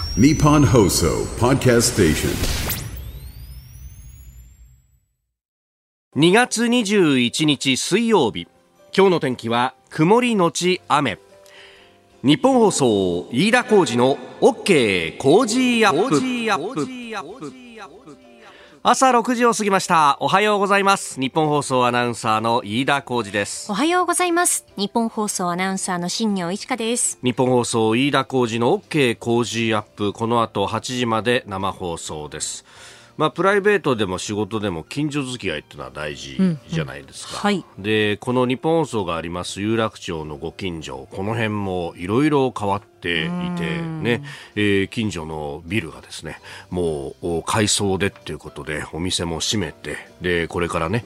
Nippon Hoso Podcast Station。 2月21日水曜日、今日の天気は曇りのち雨。日本放送飯田浩司の OK 工事アップ。朝6時を過ぎました。おはようございます。日本放送アナウンサーの飯田浩司です。 おはようございます。日本放送アナウンサーの新業一華です。 日本放送飯田浩司の OK 工事アップ、この後8時まで生放送です。プライベートでも仕事でも近所付き合いっていうのは大事じゃないですか、 はい、 でこの日本放送があります有楽町のご近所、この辺もいろいろ変わっていてね、近所のビルがですね、もう改装でっていうことでお店も閉めて、でこれからね、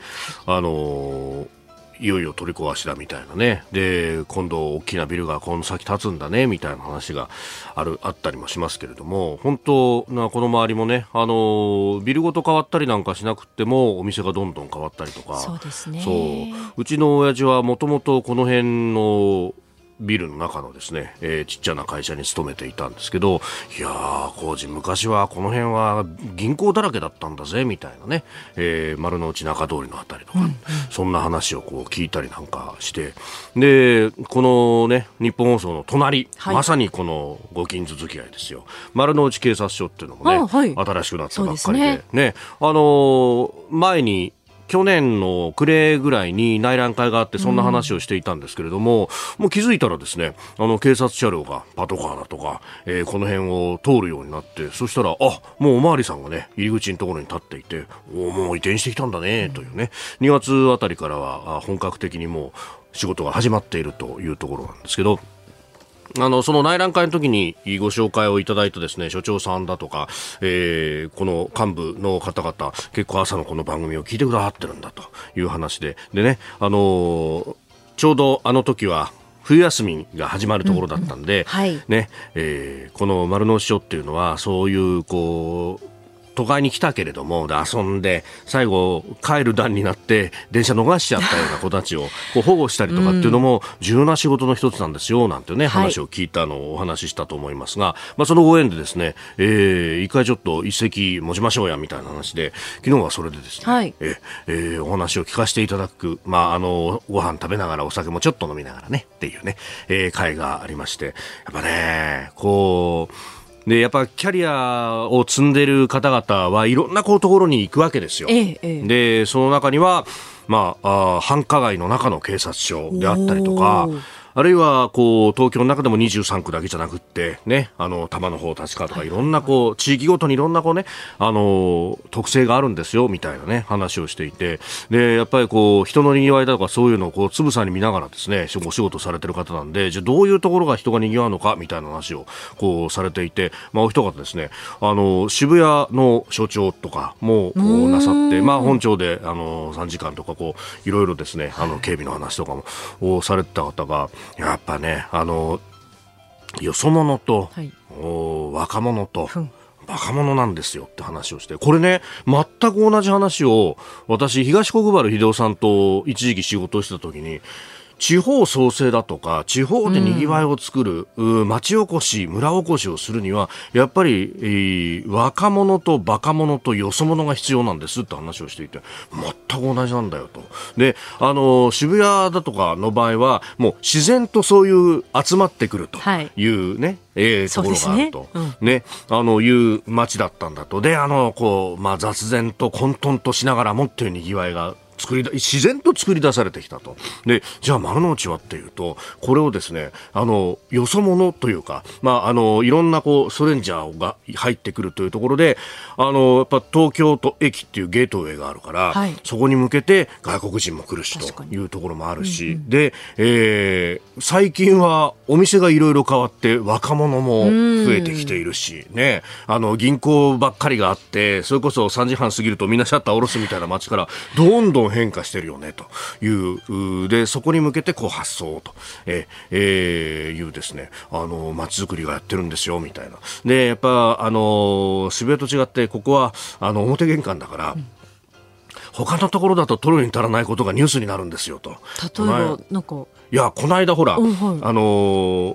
いよいよ取り壊しだみたいなね、で今度大きなビルがこの先建つんだねみたいな話があったりもしますけれども、本当この周りもね、ビルごと変わったりなんかしなくてもお店がどんどん変わったりとか。 そうですね。 うちの親父はもともとこの辺のビルの中のですね、ちっちゃな会社に勤めていたんですけど、いやー浩司、昔はこの辺は銀行だらけだったんだぜみたいなね、丸の内中通りのあたりとか、そんな話をこう聞いたりなんかして、でこのね日本放送の隣、まさにこのご近所付き合いですよ。丸の内警察署っていうのもね、新しくなったばっかりでね、前に去年の暮れぐらいに内覧会があって、そんな話をしていたんですけれども、もう気づいたらですね、警察車両がパトカーだとか、この辺を通るようになって、そしたらもうおまわりさんがね入り口のところに立っていて、もう移転してきたんだねというね、2月あたりからは本格的にもう仕事が始まっているというところなんですけど、その内覧会の時にご紹介をいただいたですね、所長さんだとか、この幹部の方々、結構朝のこの番組を聞いてくださってるんだという話で、でね、ちょうどあの時は冬休みが始まるところだったんで、ね、この丸の内署っていうのはそういうこう都会に来たけれども遊んで最後帰る段になって電車逃しちゃったような子たちをこう保護したりとかっていうのも重要な仕事の一つなんですよなんてね、話を聞いたのをお話ししたと思いますが、そのご縁でですね、一回ちょっと一席持ちましょうやみたいな話で、昨日はそれでですね、お話を聞かせていただく、ご飯食べながらお酒もちょっと飲みながらねっていうね、会がありまして、やっぱねこうでやっぱキャリアを積んでいる方々はいろんなところに行くわけですよ、でその中には、繁華街の中の警察署であったりとか、あるいはこう東京の中でも23区だけじゃなくってね、多摩の方、立川とかいろんなこう地域ごとにいろんなこうね、特性があるんですよみたいなね話をしていて、でやっぱりこう人のにぎわいだとかそういうのをこうつぶさに見ながらですねお仕事されてる方なんで、じゃあどういうところが人がにぎわうのかみたいな話をこうされていて、お一方ですね、渋谷の所長とかもなさって、本庁で3時間とかこういろいろですね警備の話とかもされてた方が、やっぱねよそ者と、若者と、バカ者なんですよって話をして、これね全く同じ話を私東国原英夫さんと一時期仕事をしてた時に、地方創生だとか地方でにぎわいを作る、町おこし村おこしをするにはやっぱり、若者とバカ者とよそ者が必要なんですって話をしていて、全く同じなんだよと。で渋谷だとかの場合はもう自然とそういう集まってくるというね、ところがあると、いう街だったんだと。でこう、雑然と混沌としながらもっていうにぎわいが自然と作り出されてきたと。でじゃあ丸の内はっていうと、これをですねよそ者というか、いろんなこうストレンジャーが入ってくるというところで、やっぱ東京都駅っていうゲートウェイがあるから、そこに向けて外国人も来るしというところもあるし、で、最近はお店がいろいろ変わって若者も増えてきているしね、銀行ばっかりがあって、それこそ3時半過ぎるとみんなシャッター下ろすみたいな街からどんどん変化してるよねというで、そこに向けてこう発想と、いうですね街づくりがやってるんですよみたいな。でやっぱ渋谷と違ってここは表玄関だから、他のところだと取るに足らないことがニュースになるんですよと。 例えばなんか、 いやこの間ほら、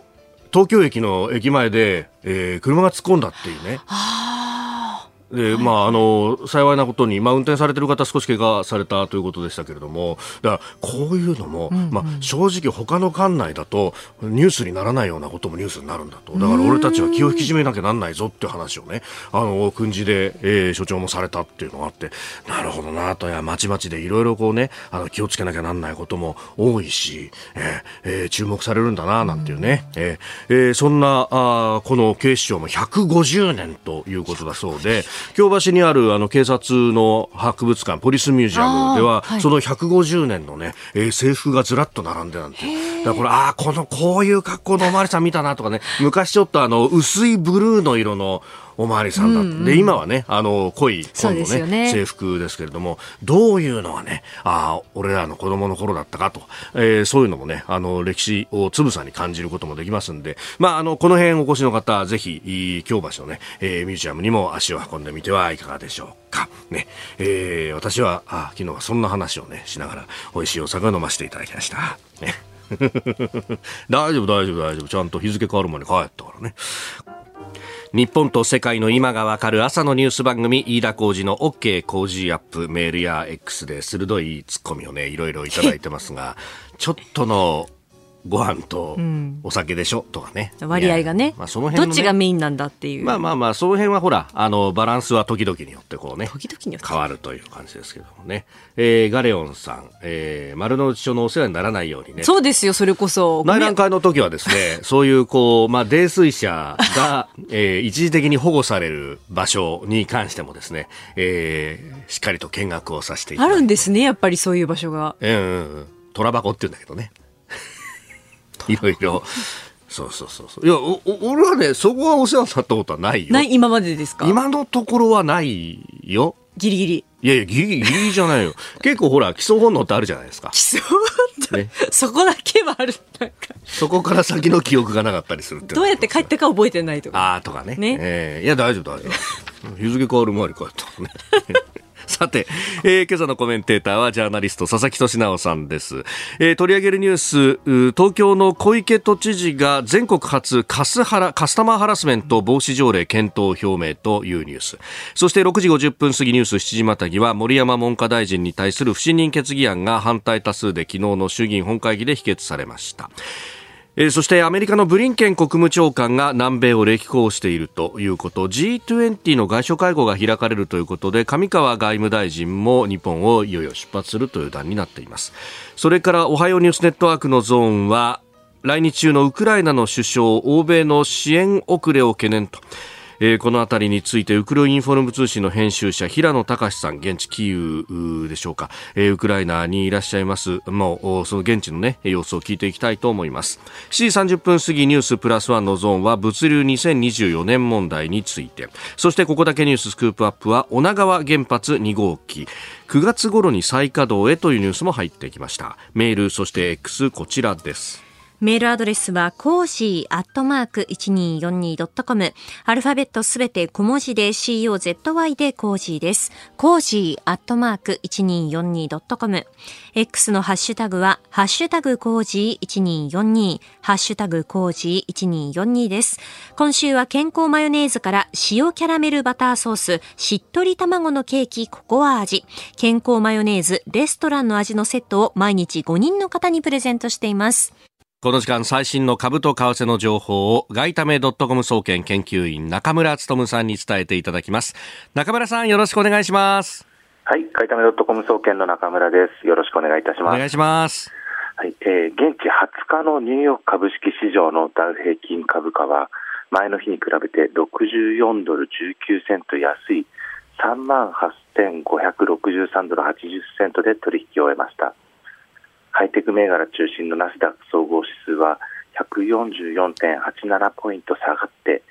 東京駅の駅前で、車が突っ込んだっていうね。で、幸いなことに、運転されてる方少し怪我されたということでしたけれども、だからこういうのも、正直他の管内だとニュースにならないようなこともニュースになるんだと。だから俺たちは気を引き締めなきゃなんないぞっていう話をね、訓示で、所長もされたっていうのがあって、なるほどなと。まちまちでいろいろこうね、気をつけなきゃなんないことも多いし、注目されるんだななんていうね、そんなこの警視庁も150年ということだそうで、京橋にある警察の博物館ポリスミュージアムでは、その150年のね、制服がずらっと並んでなんて、だからこれこういう格好のおまわりさん見たなとかね、昔ちょっと薄いブルーの色のおまわりさんだって、で今はね濃い紺のね制服ですけれども、どういうのがね俺らの子供の頃だったかと、そういうのもね歴史をつぶさに感じることもできますんで、この辺お越しの方ぜひ京橋のね、ミュージアムにも足を運んでみてはいかがでしょうかね。私は昨日はそんな話をねしながら美味しいお酒を飲ませていただきましたね。大丈夫ちゃんと日付変わる前に帰ったからね。日本と世界の今がわかる朝のニュース番組、飯田浩司の OK 工事アップ。メールや X で鋭いツッコミをねいろいろいただいてますがちょっとのご飯とお酒でしょ、とかね、 割合がね、その辺のね、どっちがメインなんだっていう、その辺はほらバランスは時々によってこうね変わるという感じですけどもね。ガレオンさん、丸の内署のお世話にならないようにね。 そうですよ。それこそ内覧会の時はですねそういう泥酔者が、一時的に保護される場所に関してもですね、しっかりと見学をさせていただいて、 あるんですね、やっぱりそういう場所が。 虎箱って言うんだけどねいろいろ。そう。いや、俺はね、そこはお世話になったことはないよ。 今までですか？ 今のところはないよ。 ギリギリ。 いや、ギリギリじゃないよ。結構ほら、基礎本能ってあるじゃないですか。 基礎本能、ね、そこだけはある。なんかそこから先の記憶がなかったりするって。 どうやって帰ったか覚えてないとか。 とかね。いや、大丈夫。日付変わる前に帰ったからね。さて、今朝のコメンテーターはジャーナリスト佐々木俊直さんです。取り上げるニュース、東京の小池都知事が全国初カスタマーハラスメント防止条例検討表明というニュース。そして6時50分過ぎニュース7時またぎは森山文科大臣に対する不信任決議案が反対多数で昨日の衆議院本会議で否決されました。そしてアメリカのブリンケン国務長官が南米を歴訪しているということ、 G20 の外相会合が開かれるということで上川外務大臣も日本をいよいよ出発するという段になっています。それからおはようニュースネットワークのゾーンは来日中のウクライナの首相、欧米の支援遅れを懸念と、このあたりについてウクルインフォルム通信の編集者平野隆さん、現地キーウでしょうか、ウクライナにいらっしゃいます。もうその現地のね様子を聞いていきたいと思います。7時30分過ぎニュースプラスワンのゾーンは物流2024年問題について、そしてここだけニューススクープアップは女川原発2号機9月頃に再稼働へというニュースも入ってきました。メールそして X こちらです。 メールアドレスはコージー@1242.com、アルファベットすべて小文字で COZY でコージーです。コージー@1242.com。 X のハッシュタグはハッシュタグコージー1242、ハッシュタグコージー1242です。今週は健康マヨネーズから塩キャラメルバターソース、しっとり卵のケーキココア味、健康マヨネーズレストランの味のセットを毎日5人の方にプレゼントしています。 この時間最新の株と為替の情報を外為.com 総研研究員中村努さんに伝えていただきます。中村さん、よろしくお願いします。 はい、外為.com 総研の中村です。よろしくお願いいたします。 お願いします。 はい、現地20日のニューヨーク株式市場のダウ平均株価は前の日に比べて64ドル19セント安い 38,563 ドル80セントで取引を終えました。ハイテク銘柄中心のナスダック総合指数は 144.87 ポイント下がって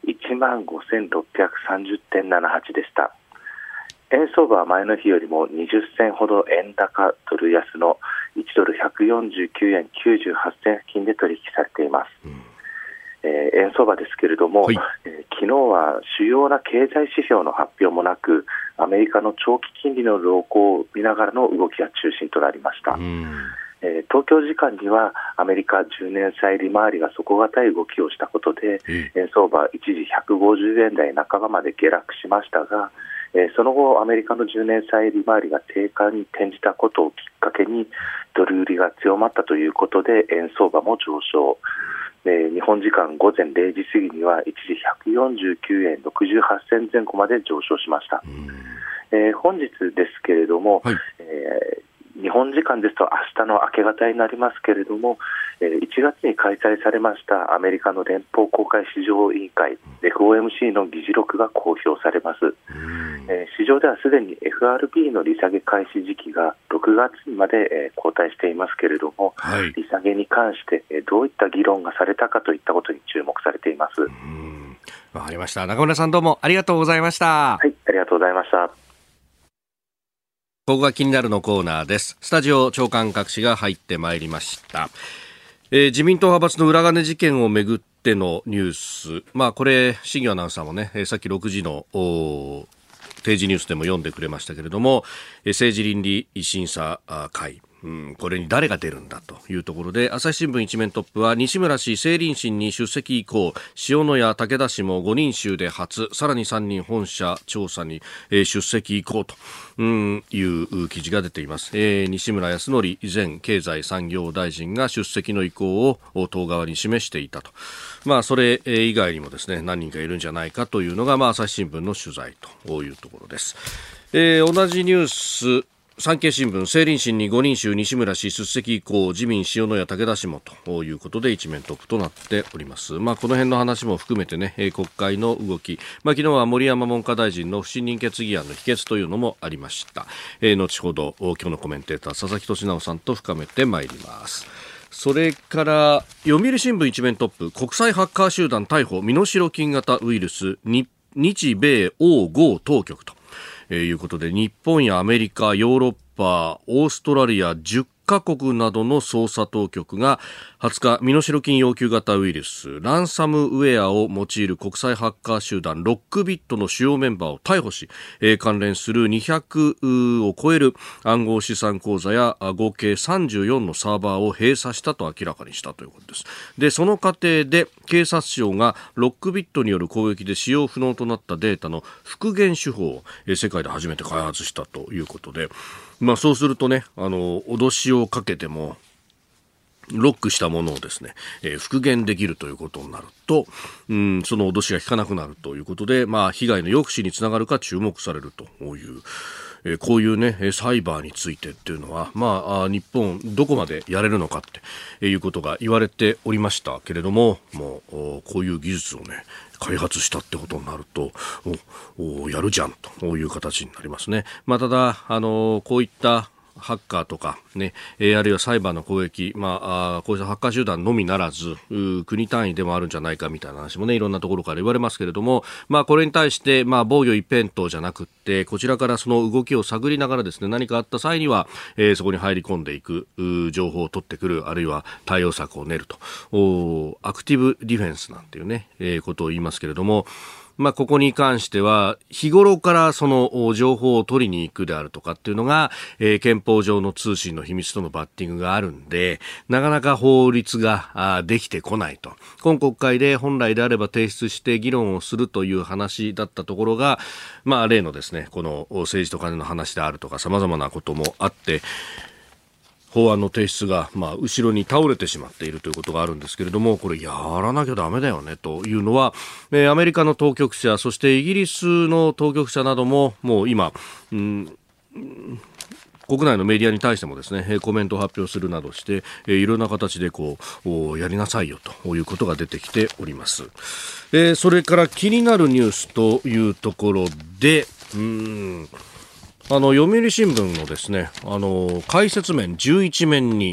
15,630.78 でした。円相場は前の日よりも20銭ほど円高ドル安の1ドル149円98銭付近で取引されています。円相場ですけれども、はい、昨日は主要な経済指標の発表もなく、アメリカの長期金利の動向を見ながらの動きが中心となりました。 東京時間にはアメリカ10年債利回りが底堅い動きをしたことで、円相場一時150円台半ばまで下落しましたが、その後アメリカの10年債利回りが低下に転じたことをきっかけにドル売りが強まったということで円相場も上昇。日本時間午前0時過ぎには一時149円68銭前後まで上昇しました。本日ですけれども、はい、日本時間ですと明日の明け方になりますけれども、1月に開催されましたアメリカの連邦公開市場委員会 FOMC の議事録が公表されます。市場ではすでに FRB の利下げ開始時期が6月にまで後退していますけれども、はい、利下げに関してどういった議論がされたかといったことに注目されています。 わかりました。中村さんどうもありがとうございました。 はい、ありがとうございました。 ここが気になるのコーナーです。スタジオ長官各紙が入ってまいりました。自民党派閥の裏金事件をめぐってのニュース、これ新業アナウンサーもね、さっき6時の定時ニュースでも読んでくれましたけれども、政治倫理審査会、これに誰が出るんだというところで、朝日新聞一面トップは西村氏政倫審に出席以降、塩谷武田氏も5人衆で初、さらに3人本社調査に出席以降という記事が出ています。西村康則前経済産業大臣が出席の意向を党側に示していたと。それ以外にもですね、何人かいるんじゃないかというのが、朝日新聞の取材というところです。同じニュース、産経新聞政倫審に5人衆西村氏出席以降、自民塩谷武田氏もということで一面トップとなっております。この辺の話も含めてね、国会の動き、昨日は森山文科大臣の不信任決議案の否決というのもありました。後ほど今日のコメンテーター佐々木俊直さんと深めてまいります。それから読売新聞一面トップ、国際ハッカー集団逮捕、身代金型ウイルス、日米欧豪当局ということで、日本やアメリカ、ヨーロッパ、オーストラリア10カ国などの捜査当局が20日、身代金要求型ウイルスランサムウェアを用いる国際ハッカー集団ロックビットの主要メンバーを逮捕し、関連する200を超える暗号資産口座や合計34のサーバーを閉鎖したと明らかにしたということです。で、その過程で警察庁がロックビットによる攻撃で使用不能となったデータの復元手法を世界で初めて開発したということで、そうするとね、脅しをかけてもロックしたものをですね、復元できるということになると、その脅しが効かなくなるということで、被害の抑止につながるか注目されるという、こういうねサイバーについてっていうのは、日本どこまでやれるのかっていうことが言われておりましたけれども、もうこういう技術をね開発したってことになるとやるじゃんという形になりますね。ただこういったハッカーとかね、あるいはサイバーの攻撃、こうしたハッカー集団のみならず国単位でもあるんじゃないかみたいな話もね、いろんなところから言われますけれども、これに対して防御一辺倒じゃなくって、こちらからその動きを探りながらですね、何かあった際には、そこに入り込んでいく、情報を取ってくる、あるいは対応策を練ると、アクティブディフェンスなんていうね、ことを言いますけれども、ここに関しては日頃からその情報を取りに行くであるとかっていうのが、憲法上の通信の秘密とのバッティングがあるんで、なかなか法律ができてこないと。今国会で本来であれば提出して議論をするという話だったところが、例のですね、この政治と金の話であるとか様々なこともあって、法案の提出が後ろに倒れてしまっているということがあるんですけれども、これやらなきゃダメだよねというのは、アメリカの当局者、そしてイギリスの当局者などももう今、国内のメディアに対してもですね、コメントを発表するなどして、いろんな形でやりなさいよということが出てきております。それから気になるニュースというところで、読売新聞のですね、解説面11面に、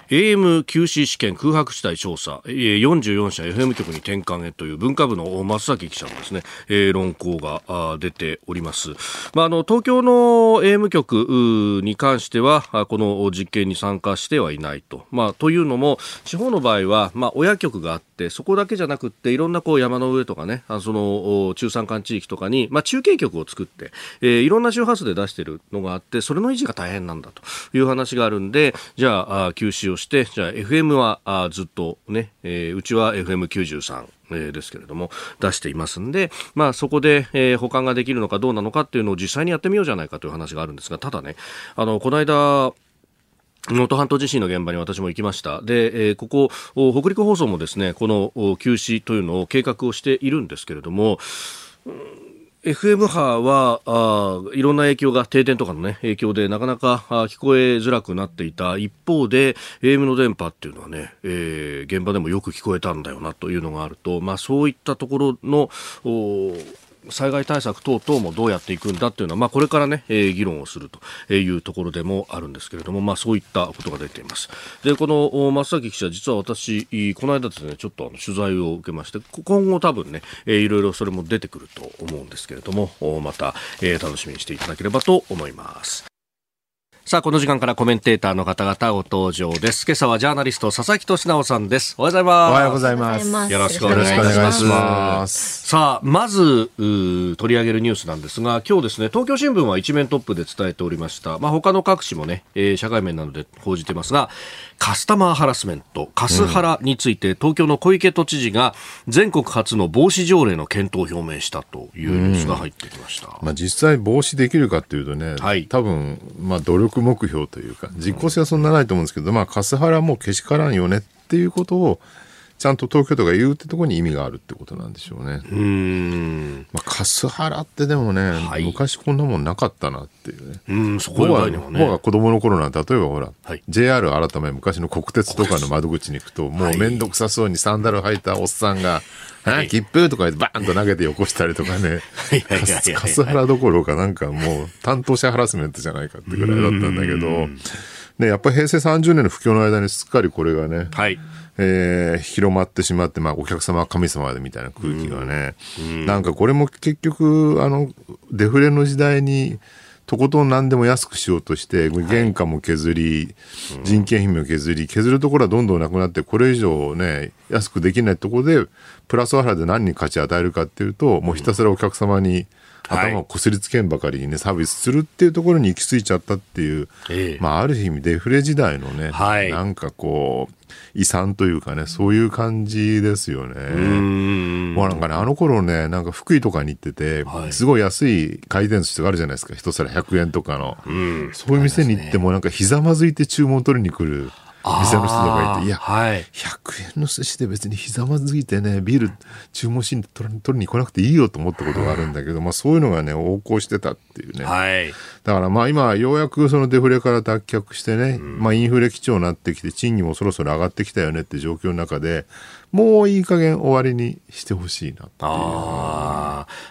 AM 休止試験空白地帯調査、44社 FM 局に転換へという文化部の松崎記者のですね、論考が出ております。東京の AM 局に関してはこの実験に参加してはいないと。というのも地方の場合は、親局があってそこだけじゃなくっていろんな山の上とかね、その中山間地域とかに、中継局を作って、いろんな周波数で出しているのがあって、それの維持が大変なんだという話があるんで、じゃあ休止をして、じゃあ FM はずっとね、うちは FM93ですけれども出していますんで、そこで、保管ができるのかどうなのかっていうのを実際にやってみようじゃないかという話があるんですが、ただね、この間能登半島地震の現場に私も行きました。で、ここ北陸放送もですね、この休止というのを計画をしているんですけれども、FM 波はいろんな影響が、停電とかのね影響でなかなか聞こえづらくなっていた一方で、 AM の電波っていうのはね、現場でもよく聞こえたんだよなというのがあると、そういったところの災害対策等々もどうやっていくんだっていうのは、これからね、議論をするというところでもあるんですけれども、そういったことが出ています。で、この松崎記者、実は私この間ですね、ちょっと取材を受けまして、今後多分ね、いろいろそれも出てくると思うんですけれども、また、楽しみにしていただければと思います。さあ、この時間からコメンテーターの方々ご登場です。今朝はジャーナリスト佐々木俊直さんです。おはようございます。 おはようございます。 よろしくお願いします。さあ、まず取り上げるニュースなんですが、今日ですね、東京新聞は一面トップで伝えておりました。他の各紙もね、社会面などで報じていますが、カスタマーハラスメント、カスハラについて、東京の小池都知事が全国初の防止条例の検討を表明したというニュースが入ってきました。 実際防止できるかというとね、多分努力目標というか実効性はそんなないと思うんですけど、カスハラもけしからんよねっていうことをちゃんと東京都が言うってところに意味があるってことなんでしょうね。カスハラってでもね、昔こんなもんなかったなっていうね。 そこ以外にもね、 僕が子供の頃なんて、例えばほら、JR 改め昔の国鉄とかの窓口に行くと、もうめんどくさそうにサンダル履いたおっさんが、切符とか言ってバーンと投げてよこしたりとかね、カスハラどころかなんかもう担当者ハラスメントじゃないかってぐらいだったんだけど、ね、やっぱり平成30年の不況の間にすっかりこれがね、広まってしまって、お客様は神様でみたいな空気がね、なんかこれも結局デフレの時代にとことん何でも安くしようとして原価も削り、人件費も削るところはどんどんなくなって、これ以上ね安くできないところでプラスアルファで何に価値を与えるかっていうと、もうひたすらお客様に頭をこすりつけんばかりにねサービスするっていうところに行き着いちゃったっていう、ある意味デフレ時代のね、なんかこう遺産というかね、そういう感じですよね。もうなんかね、あの頃ね、なんか福井とかに行ってて、すごい安い回転寿司とかあるじゃないですか、一皿100円とかの、そういう店に行ってもなんかひざまずいて注文取りに来る店の人とかいて、いや、100円の寿司で別にひざまずいてねビール注文しに取りに来なくていいよと思ったことがあるんだけど、そういうのがね横行してたっていうね、だから今ようやくそのデフレから脱却してね、インフレ基調になってきて賃金もそろそろ上がってきたよねって状況の中で、もういい加減終わりにしてほしいなっていう。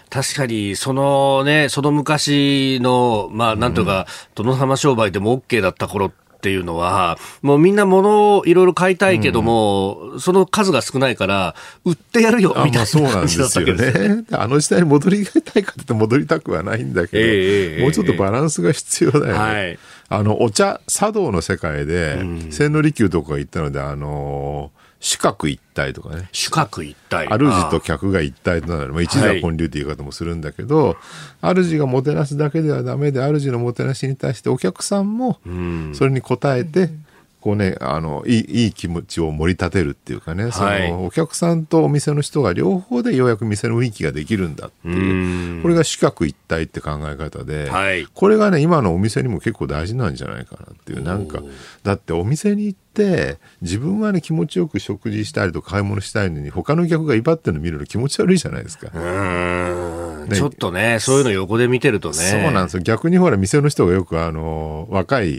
確かにその昔のなんとか殿様商売でも OK だった頃っていうのは、もうみんな物をいろいろ買いたいけども、その数が少ないから売ってやるよみたいな感じだったわけですよね。 あの時代に戻りたいかって戻りたくはないんだけど、もうちょっとバランスが必要だよね。お茶茶道の世界で、千利休とかが言ったので、主客一体とかね。 主客一体。 主と客が一体となる。一座建立っていう言い方もするんだけど、主がもてなすだけではダメで、主のもてなしに対してお客さんも、それに応えて、こうね、いい気持ちを盛り立てるっていうかね、そのお客さんとお店の人が両方でようやく店の雰囲気ができるんだっていう、これが主客一体って考え方で、これがね、今のお店にも結構大事なんじゃないかなっていう、なんか、だってお店に行って、自分はね、気持ちよく食事したりとか買い物したいのに、他の客が威張ってるの見るの気持ち悪いじゃないですか。 ちょっとね、そういうの横で見てるとね。 そうなんですよ。逆にほら、店の人がよく若い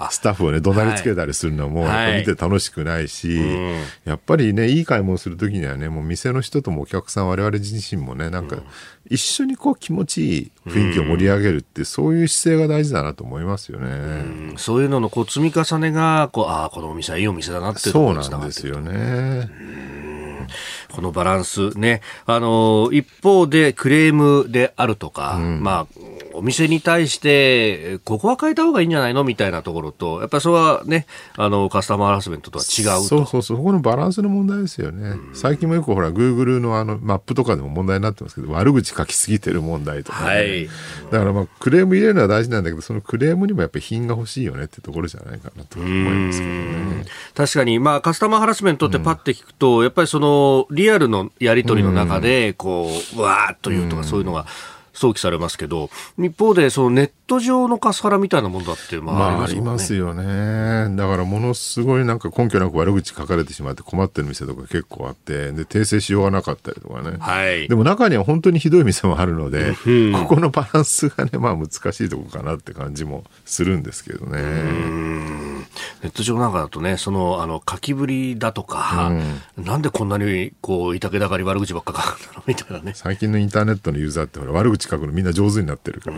スタッフをね怒鳴りつけたりするのもやっぱ見て楽しくないし、やっぱりねいい買い物するときにはねもう店の人ともお客さん我々自身もねなんか一緒にこう気持ちいい雰囲気を盛り上げるってそういう姿勢が大事だなと思いますよね。 そういうののこう積み重ねがこのお店はいいお店だなっていうところにつながっている。 そうなんですよね。 このバランスね、一方でクレームであるとか、お店に対してここは変えた方がいいんじゃないのみたいなところとやっぱりそれはねカスタマーハラスメントとは違うと。 そこのバランスの問題ですよね。最近もよくほら Google のマップとかでも問題になってますけど悪口書きすぎてる問題とか、ねだからクレーム入れるのは大事なんだけどそのクレームにもやっぱり品が欲しいよねってところじゃないかなと思いますけどね。 確かにカスタマーハラスメントってパッて聞くと、やっぱりそのリアルのやり取りの中でこうわーっというとかそういうのが想起されますけど、一方でそのネット上のカスハラみたいなものだってありますよね。だからものすごいなんか根拠なく悪口書かれてしまって困ってる店とか結構あってで訂正しようがなかったりとかね、でも中には本当にひどい店もあるので、ここのバランスがね難しいところかなって感じもするんですけどね。 ネット上なんかだとねその書きぶりだとか、なんでこんなにこういたけだかり悪口ばっか書くんだろうみたいなね。 最近のインターネットのユーザーってほら悪口書くのみんな上手になってるから。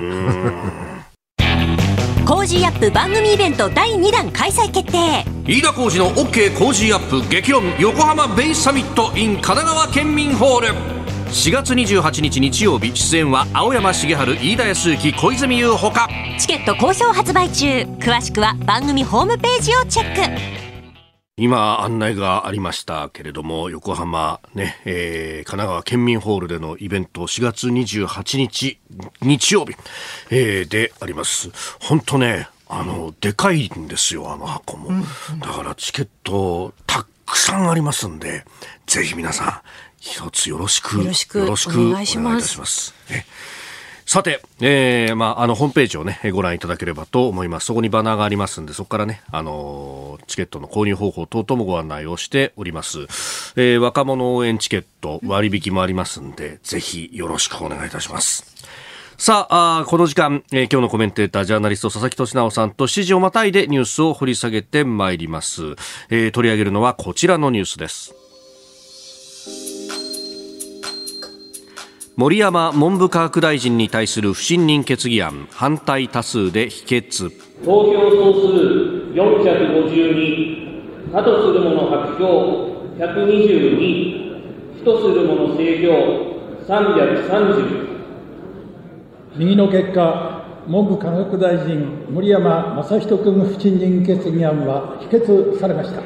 コージーアップ番組イベント第2弾開催決定。 飯田浩司の OK コージーアップ激論横浜ベイサミット in 神奈川県民ホール。4月28日日曜日出演は青山茂春、飯田康之、小泉優ほか。 チケット好評発売中。詳しくは番組ホームページをチェック。 今案内がありましたけれども横浜ね、神奈川県民ホールでのイベント4月28日日曜日、であります。本当ねでかいんですよ箱も、だからチケットたくさんありますんでぜひ皆さん一つよろしくお願いします。さて、ホームページをねご覧いただければと思います。そこにバナーがありますんでそこからねチケットの購入方法等々もご案内をしております。若者応援チケット割引もありますんでぜひよろしくお願いいたします。さあ、この時間、今日のコメンテータージャーナリスト佐々木俊直さんと7時をまたいでニュースを掘り下げてまいります。取り上げるのはこちらのニュースです。森山文部科学大臣に対する不信任決議案反対多数で否決。 投票総数452、可とする者白票122、非とする者正票330。 右の結果、文部科学大臣森山正人君不信任決議案は否決されました。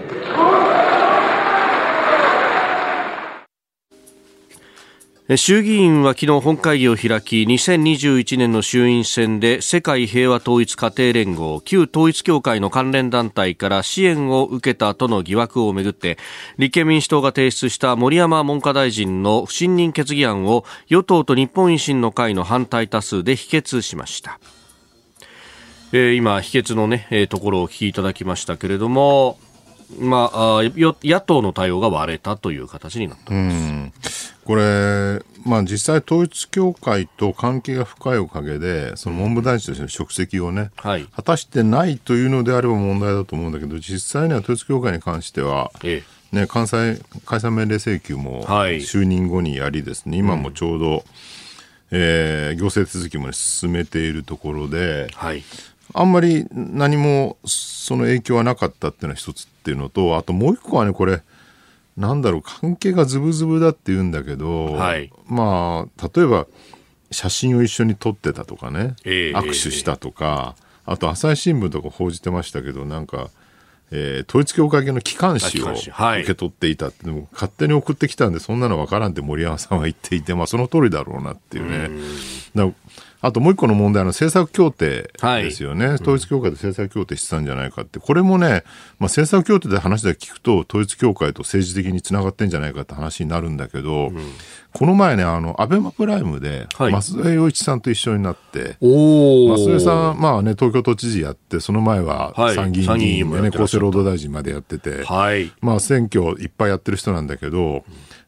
衆議院は昨日本会議を開き2021年の衆院選で世界平和統一家庭連合旧統一教会の関連団体から支援を受けたとの疑惑をめぐって立憲民主党が提出した森山文科大臣の不信任決議案を与党と日本維新の会の反対多数で否決しました。今否決のねところをお聞きいただきましたけれども野党の対応が割れたという形になっています。 これ、実際統一教会と関係が深いおかげでその文部大臣としての職責をね、果たしてないというのであれば問題だと思うんだけど実際には統一教会に関しては、解散命令請求も就任後にやりですね、今もちょうど、行政手続きも、進めているところで、あんまり何もその影響はなかったっていうのは一つっていうのとあともう一個はねこれ関係がズブズブだって言うんだけど、例えば写真を一緒に撮ってたとかね、握手したとか、あと朝日新聞とか報じてましたけど統一教会系の機関紙を受け取っていたって、でも勝手に送ってきたんでそんなの分からんって森山さんは言っていて、その通りだろうなっていうね。あともう一個の問題の政策協定ですよね、統一教会と政策協定してたんじゃないかって、これもね、政策協定で話だけ聞くと統一教会と政治的につながってんじゃないかって話になるんだけど、この前ねアベマプライムで増江洋一さんと一緒になって、増江さん東京都知事やってその前は参議院議員でね、厚生労働大臣までやってて、選挙いっぱいやってる人なんだけど、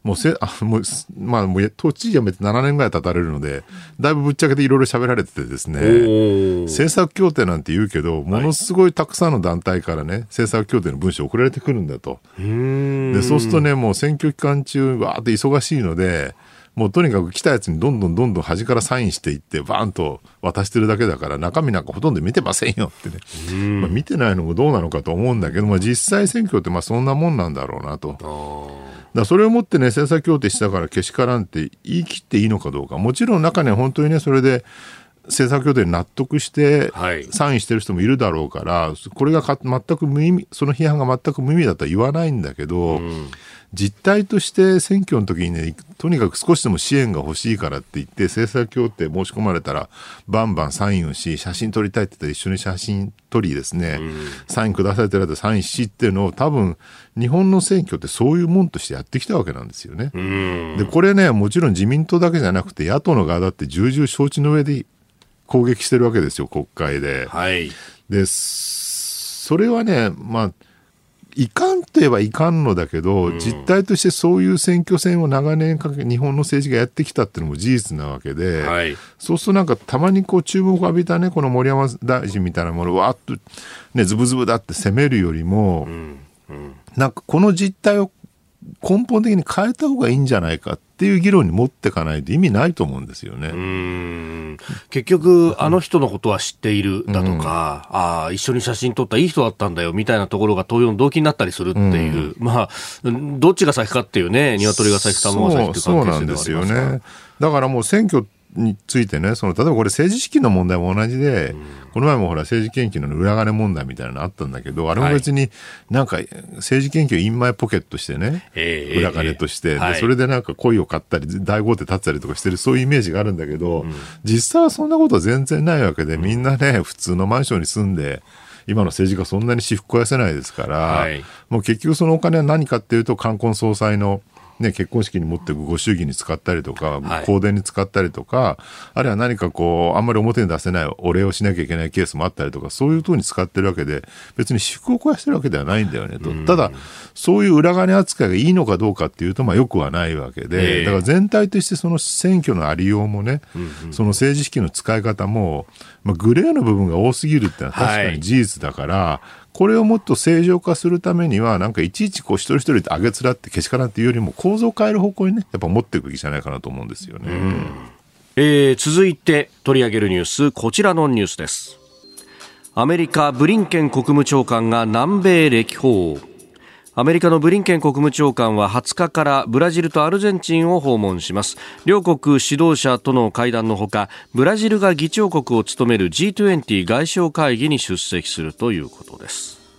もう都知事辞めて7年ぐらい経たれるので、だいぶぶっちゃけていろいろ喋られててですね、政策協定なんて言うけど、ものすごいたくさんの団体からね、政策協定の文書送られてくるんだと。で、そうするとね、もう選挙期間中、わーって忙しいので、もうとにかく来たやつにどんどん端からサインしていってバーンと渡してるだけだから中身なんかほとんど見てませんよってね、見てないのもどうなのかと思うんだけど、実際選挙ってそんなもんなんだろうなと。だからそれをもってね、政策協定したからけしからんって言い切っていいのかどうか。もちろん中には本当にね、それで政策協定に納得してサインしてる人もいるだろうから、これが全く無意味、その批判が全く無意味だとは言わないんだけど、実態として選挙の時にね、とにかく少しでも支援が欲しいからって言って政策協定申し込まれたらバンバンサインをし、写真撮りたいって言ったら一緒に写真撮りですね、サインくださいって言われてサインしっていうのを多分日本の選挙ってそういうもんとしてやってきたわけなんですよね。でこれね、もちろん自民党だけじゃなくて野党の側だって重々承知の上で攻撃してるわけですよ、国会で。でそれはね、いかんと言えばいかんのだけど、実態としてそういう選挙戦を長年かけ日本の政治がやってきたっていうのも事実なわけで、そうするとなんかたまに注目を浴びたね、この森山大臣みたいなものをわーっとね、ズブズブだって攻めるよりも、なんかこの実態を根本的に変えた方がいいんじゃないかっていう議論に持っていかないと意味ないと思うんですよね。 結局あの人のことは知っているだとか、一緒に写真撮ったいい人だったんだよみたいなところが投票の動機になったりするっていう、どっちが先かっていうね、鶏が先卵が先っていう関係性ではありますか。そうなんですよね。 だからもう選挙についてね、例えばこれ政治資金の問題も同じで、この前もほら政治献金の裏金問題みたいなのあったんだけど、あれも別になんか政治献金をインマイポケットしてね、裏金として、でそれでなんか恋を買ったり大豪邸建てたりとかしてる、そういうイメージがあるんだけど、実際はそんなことは全然ないわけで、みんなね普通のマンションに住んで、今の政治家そんなに私服肥やせないですから、もう結局そのお金は何かっていうと冠婚葬祭の結婚式に持っていくご祝儀に使ったりとか、香典に使ったりとか、あるいは何かあんまり表に出せないお礼をしなきゃいけないケースもあったりとか、そういう風に使ってるわけで、別に私服を肥やしてるわけではないんだよねと。ただそういう裏金扱いがいいのかどうかっていうと、よくはないわけで、だから全体としてその選挙のありようもね、その政治資金の使い方も、グレーの部分が多すぎるってのは確かに事実だから、これをもっと正常化するためには、なんかいちいち一人一人あげつらってけしからんっていうよりも構造を変える方向にね、やっぱ持っていくべきじゃないかなと思うんですよね。 続いて取り上げるニュース、こちらのニュースです。アメリカブリンケン国務長官が南米歴訪。アメリカのブリンケン国務長官は20日からブラジルとアルゼンチンを訪問します。両国指導者との会談のほか、ブラジルが議長国を務める G20 外相会議に出席するということです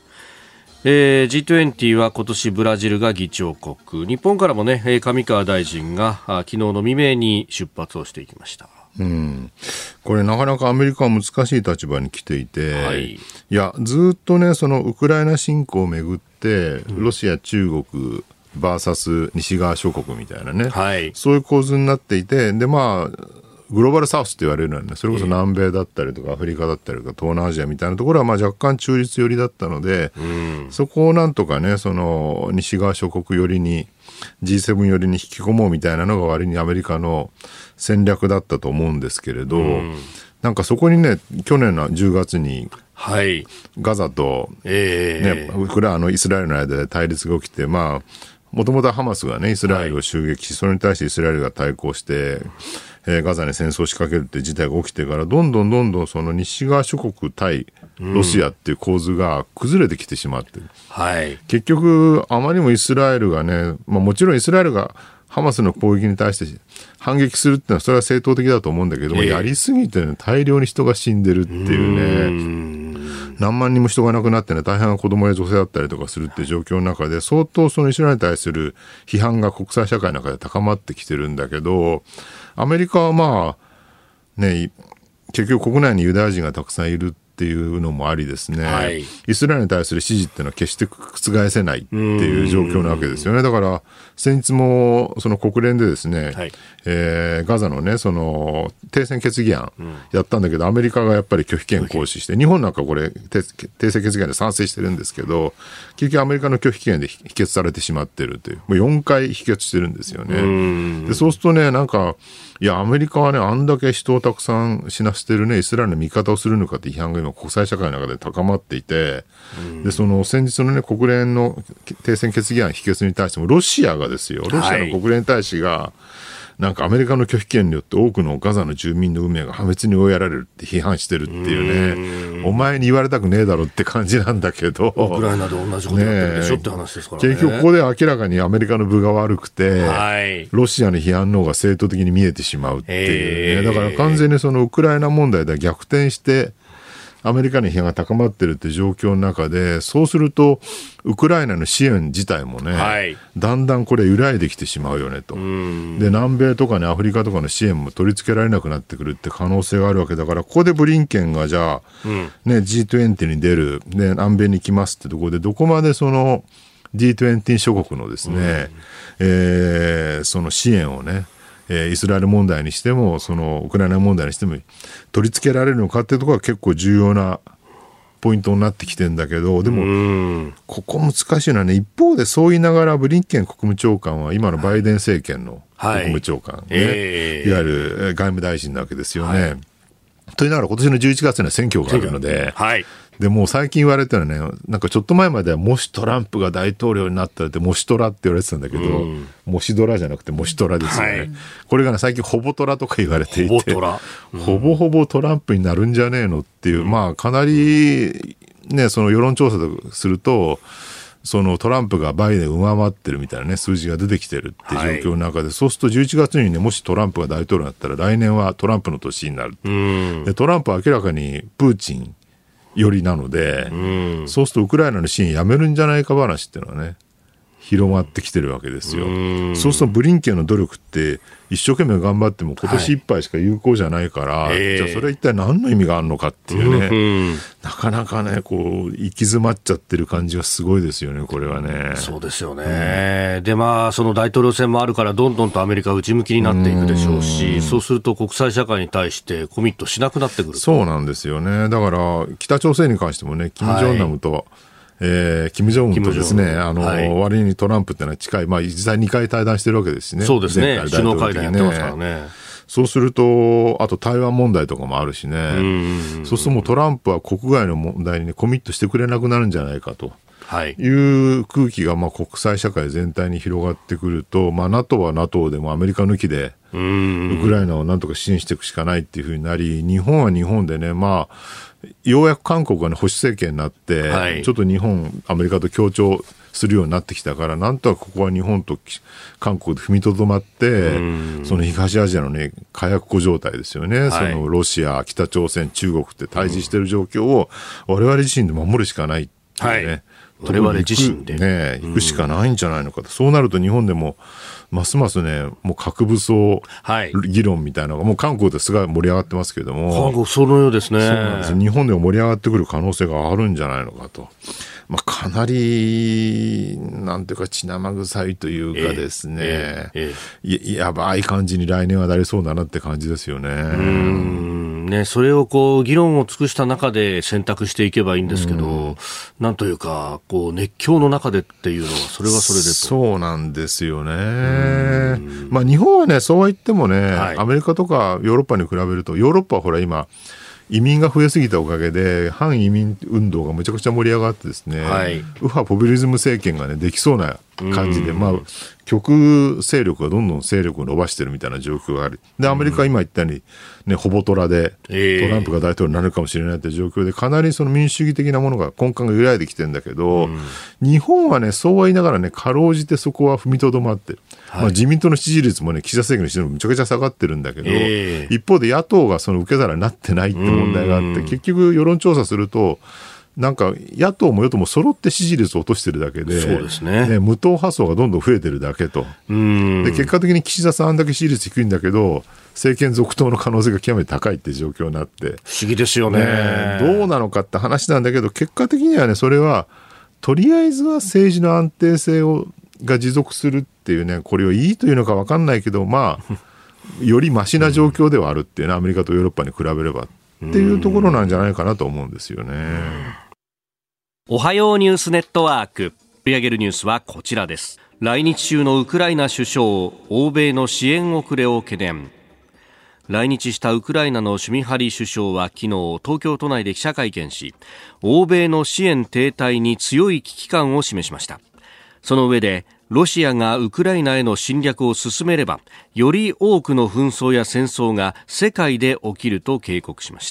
。G20 は今年ブラジルが議長国、日本からもね、上川大臣が昨日の未明に出発をしていきました。 これなかなかアメリカは難しい立場に来ていて、いやずっとね、そのウクライナ侵攻をめぐってロシア、中国 VS 西側諸国みたいなね、そういう構図になっていて、でグローバルサウスって言われるのはね、それこそ南米だったりとかアフリカだったりとか東南アジアみたいなところは若干中立寄りだったので、そこをなんとかね、その西側諸国寄りに G7 寄りに引き込もうみたいなのが割にアメリカの戦略だったと思うんですけれど、なんかそこにね、去年の10月にガザと、イスラエルの間で対立が起きて、もともとハマスがねイスラエルを襲撃し、それに対してイスラエルが対抗して、ガザに戦争を仕掛けるって事態が起きてから、どんどんその西側諸国対ロシアっていう構図が崩れてきてしまってる、結局あまりにもイスラエルがね、もちろんイスラエルがハマスの攻撃に対して反撃するっていうのはそれは正当的だと思うんだけども、やりすぎて、ね、大量に人が死んでるっていうね、何万人も人が亡くなってね、大半が子供や女性だったりとかするっていう状況の中で、相当そのイスラエルに対する批判が国際社会の中で高まってきてるんだけど、アメリカは結局国内にユダヤ人がたくさんいるっっていうのもありですね、はい、イスラエルに対する支持っていうのは決して覆せないっていう状況なわけですよね。だから先日もその国連でですね、はい、ガザのねその停戦決議案やったんだけど、アメリカがやっぱり拒否権行使して、日本なんかこれ停戦決議案で賛成してるんですけど、結局アメリカの拒否権で否決されてしまってるという、もう4回否決してるんですよね。でそうするとね、なんかいやアメリカはねあんだけ人をたくさん死なせてるねイスラエルの味方をするのかって批判が今国際社会の中で高まっていて、でその先日のね国連の停戦決議案否決に対してもロシアがですよ、ロシアの国連大使がなんかアメリカの拒否権によって多くのガザの住民の運命が破滅に追いやられるって批判してるっていうね、お前に言われたくねえだろって感じなんだけど、 ウクライナで同じことやってるでしょって話ですからね。 結局ここで明らかにアメリカの分が悪くて、はい、ロシアの批判の方が正当的に見えてしまうっていうね、だから完全にそのウクライナ問題では逆転してアメリカの批判が高まってるって状況の中で、そうするとウクライナの支援自体もね、はい、だんだんこれ揺らいできてしまうよねと。で南米とかねアフリカとかの支援も取り付けられなくなってくるって可能性があるわけだから、ここでブリンケンがじゃあ、ね、G20 に出る、ね、南米に来ますってところでどこまでその G20 諸国のですね、その支援をねイスラエル問題にしてもそのウクライナ問題にしても取り付けられるのかっていうところが結構重要なポイントになってきてるんだけど、でもここ難しいのはね、一方でそう言いながらブリンケン国務長官は今のバイデン政権の国務長官ね、いわゆる外務大臣なわけですよね、と言いながら今年の11月には選挙があるので、でもう最近言われてるのはね、なんかちょっと前まではもしトランプが大統領になったらってもしトラって言われてたんだけど、もしドラじゃなくてもしトラですよね、これがね最近ほぼトラとか言われていて、ほぼほぼトランプになるんじゃねえのっていう、まあかなりねその世論調査とするとそのトランプがバイデンを上回ってるみたいなね数字が出てきてるっていう状況の中で、そうすると11月にねもしトランプが大統領になったら来年はトランプの年になる。でトランプは明らかにプーチンよりなので、そうするとウクライナの支援やめるんじゃないか話っていうのはね広まってきてるわけですよ。そうするとブリンケンの努力って一生懸命頑張っても今年いっぱいしか有効じゃないから、じゃあそれは一体何の意味があるのかっていうね、なかなかねこう行き詰まっちゃってる感じがすごいですよねこれはね。 そうですよね、でまあその大統領選もあるからどんどんとアメリカは内向きになっていくでしょうし、そうすると国際社会に対してコミットしなくなってくる。 そうなんですよね。だから北朝鮮に関してもねキム・ジョンナムと、キム・ジョンウンとですね、割にトランプってのは近い、まあ、実際2回対談してるわけですしね。 そうですね。首脳会談やってますからね。 そうすると、あと台湾問題とかもあるしね。そうするともうトランプは国外の問題に、ね、コミットしてくれなくなるんじゃないかと。いう空気がまあ国際社会全体に広がってくると、まあ、NATO は NATO でもアメリカ抜きでウクライナをなんとか支援していくしかないっていうふうになり、日本は日本でね、まあ、ようやく韓国が、ね、保守政権になって、ちょっと日本アメリカと協調するようになってきたから、なんとかここは日本と韓国で踏みとどまって、その東アジアの、ね、火薬庫状態ですよね、そのロシア、北朝鮮、中国って対峙している状況を我々自身で守るしかないっていうね、 我々自身でね、行くしかないんじゃないのかと。そうなると日本でもますますね、もう核武装議論みたいなのが、もう韓国ですごい盛り上がってますけれども、 韓国そのようですね。 そうなんです。日本でも盛り上がってくる可能性があるんじゃないのかと。まあ、かなりなんていうか血生臭いというかですね、やばい感じに来年はなりそうだなって感じですよね。 それをこう議論を尽くした中で選択していけばいいんですけど、なんというかこう熱狂の中でっていうのはそれはそれでと。 そうなんですよね。まあ、日本はねそうは言ってもね、アメリカとかヨーロッパに比べると、ヨーロッパはほら今移民が増えすぎたおかげで反移民運動がむちゃくちゃ盛り上がってですね、右派ポピュリズム政権が、ね、できそうな感じで、まあ、極勢力がどんどん勢力を伸ばしてるみたいな状況がある。でアメリカは今言ったように、ね、ほぼトラでトランプが大統領になるかもしれないという状況で、かなりその民主主義的なものが根幹が揺らいできてるんだけど、日本はねそうは言いながらねかろうじてそこは踏みとどまってる。まあ、自民党の支持率もね岸田政権の支持率もむちゃくちゃ下がってるんだけど、一方で野党がその受け皿になってないって問題があって、結局世論調査するとなんか野党も与党も揃って支持率を落としてるだけで、 そうですね、 無党派層がどんどん増えてるだけと。で結果的に岸田さんあんだけ支持率低いんだけど政権続投の可能性が極めて高いっていう状況になって、 不思議ですよね。 どうなのかって話なんだけど、結果的にはね、それはとりあえずは政治の安定性が持続するっていうね、これをいいというのか分かんないけど、まあよりマシな状況ではあるっていうね、アメリカとヨーロッパに比べればっていうところなんじゃないかなと思うんですよね。 おはようニュースネットワーク、取り上げるニュースはこちらです。来日中のウクライナ首相、欧米の支援遅れを懸念。来日したウクライナのシュミハリ首相は昨日、東京都内で記者会見し、欧米の支援停滞に強い危機感を示しました。その上で、ロシアがウクライナへの侵略を進めれば、より多くの紛争や戦争が世界で起きると警告しました。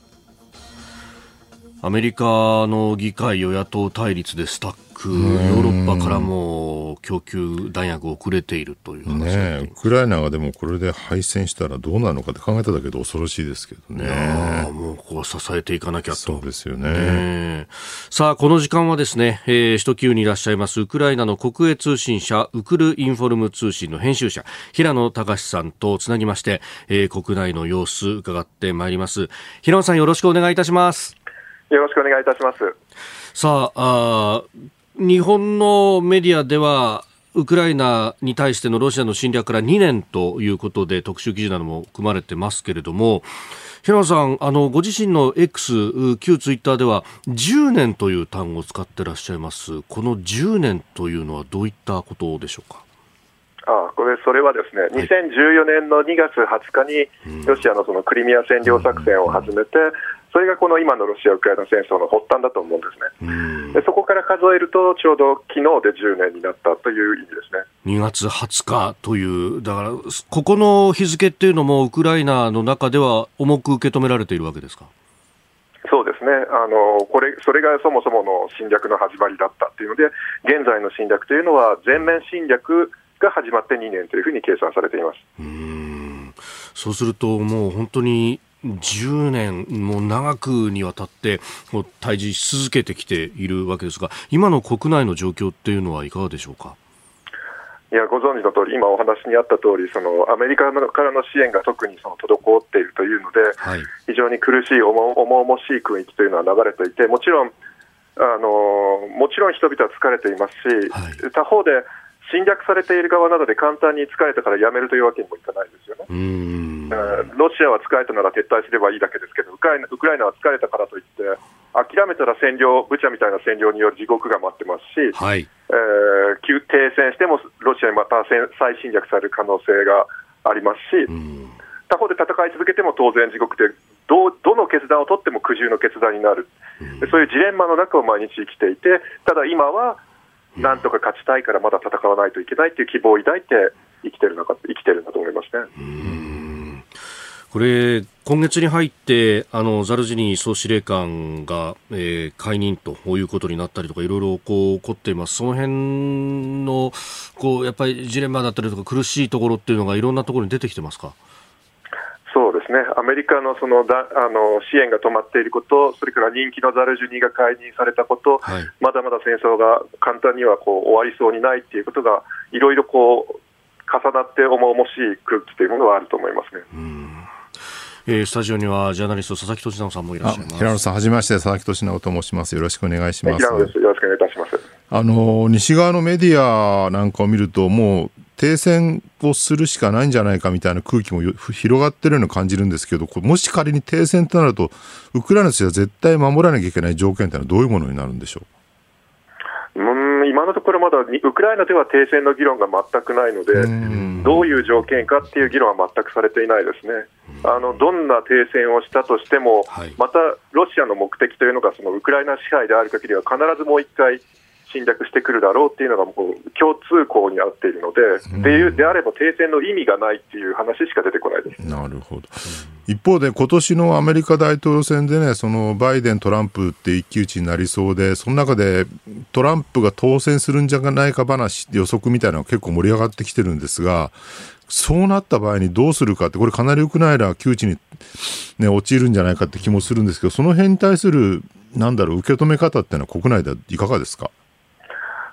アメリカの議会与野党対立でスタック、ヨーロッパからも供給弾薬遅れているという話ね。ウクライナがでもこれで敗戦したらどうなるのかって考えただけで恐ろしいですけどね。 もうここ支えていかなきゃと。 そうですよね。 さあこの時間はですね、首都キーウにいらっしゃいますウクライナの国営通信社ウクルインフォルム通信の編集者平野隆さんとつなぎまして、国内の様子伺ってまいります。平野さん、よろしくお願いいたします。 よろしくお願いいたします。 さあ、日本のメディアではウクライナに対してのロシアの侵略から2年ということで特集記事なども組まれてますけれども、平野さん、ご自身の X 旧ツイッターでは10年という単語を使ってらっしゃいます。この10年というのはどういったことでしょうか。 それはですね、2014年の2月20日にロシアのそのクリミア占領作戦を始めて、それがこの今のロシア・ウクライナ戦争の発端だと思うんですね。でそこから数えるとちょうど昨日で10年になったという意味ですね。 2月20日という、だからここの日付っていうのもウクライナの中では重く受け止められているわけですか。 そうですね。それがそもそもの侵略の始まりだったというので、現在の侵略というのは全面侵略が始まって2年というふうに計算されています。 そうするともう本当に10年もう長くにわたってもう対峙し続けてきているわけですが、今の国内の状況っていうのはいかがでしょうか。 いや、ご存知の通り、今お話にあった通り、アメリカからの支援が特に滞っているというので、非常に苦しい重々しい空気というのは流れていて、もちろん人々は疲れていますし、他方で侵略されている側などで簡単に疲れたからやめるというわけにもいかないですよね。ロシアは疲れたなら撤退すればいいだけですけど、ウクライナは疲れたからといって諦めたらブチャみたいな占領による地獄が待ってますし、停戦してもロシアにまた再侵略される可能性がありますし、他方で戦い続けても当然地獄で、どの決断を取っても苦渋の決断になる、そういうジレンマの中を毎日生きていて、ただ今はなんとか勝ちたいからまだ戦わないといけないという希望を抱いて生きてるんだと思いますね。 これ今月に入ってザルジニー総司令官が、解任ということになったりとかいろいろ起こっています。その辺のやっぱりジレンマだったりとか苦しいところっていうのがいろんなところに出てきてますか。 そうですね。アメリカの支援が止まっていること、それから人気のザルジニーが解任されたこと、まだまだ戦争が簡単には終わりそうにないということがいろいろ重なって重々しい空気というものはあると思いますね。 スタジオにはジャーナリスト佐々木俊直さんもいらっしゃいます。 平野さん、はじめまして、佐々木俊直と申します。よろしくお願いします。 平野です。よろしくお願いいたします。 西側のメディアなんかを見ると、もう停戦をするしかないんじゃないかみたいな空気も広がってるように感じるんですけど、もし仮に停戦となるとウクライナとしては絶対守らなきゃいけない条件というのはどういうものになるんでしょう。 今のところまだウクライナでは停戦の議論が全くないので、どういう条件かっていう議論は全くされていないですね。どんな停戦をしたとしても、またロシアの目的というのがウクライナ支配である限りは必ずもう一回侵略してくるだろうっていうのがもう共通項にあっているので、であれば停戦の意味がないっていう話しか出てこないです。なるほど。 一方で今年のアメリカ大統領選でね、バイデントランプって一騎打ちになりそうで、その中でトランプが当選するんじゃないか話、予測みたいなのが結構盛り上がってきてるんですが、そうなった場合にどうするかって、これかなりウクライナは窮地に、陥るんじゃないかって気もするんですけど、その辺に対する受け止め方っていうのは国内ではいかがですか。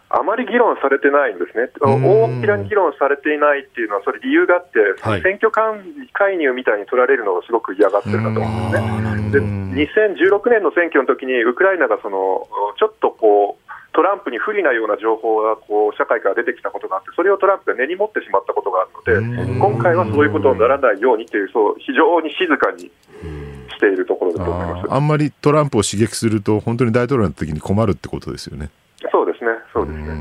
あまり議論されてないんですね。大きな議論されていないっていうのは、それ理由があって、選挙介入みたいに取られるのをすごく嫌がってるんだと思うんですね。で、2016年の選挙の時に、ウクライナがちょっとトランプに不利なような情報が社会から出てきたことがあって、それをトランプが根に持ってしまったことがあるので、今回はそういうことにならないようにという、非常に静かにしているところだと思います。 あんまりトランプを刺激すると、本当に大統領の時に困るってことですよね。 そうですね、そうですね。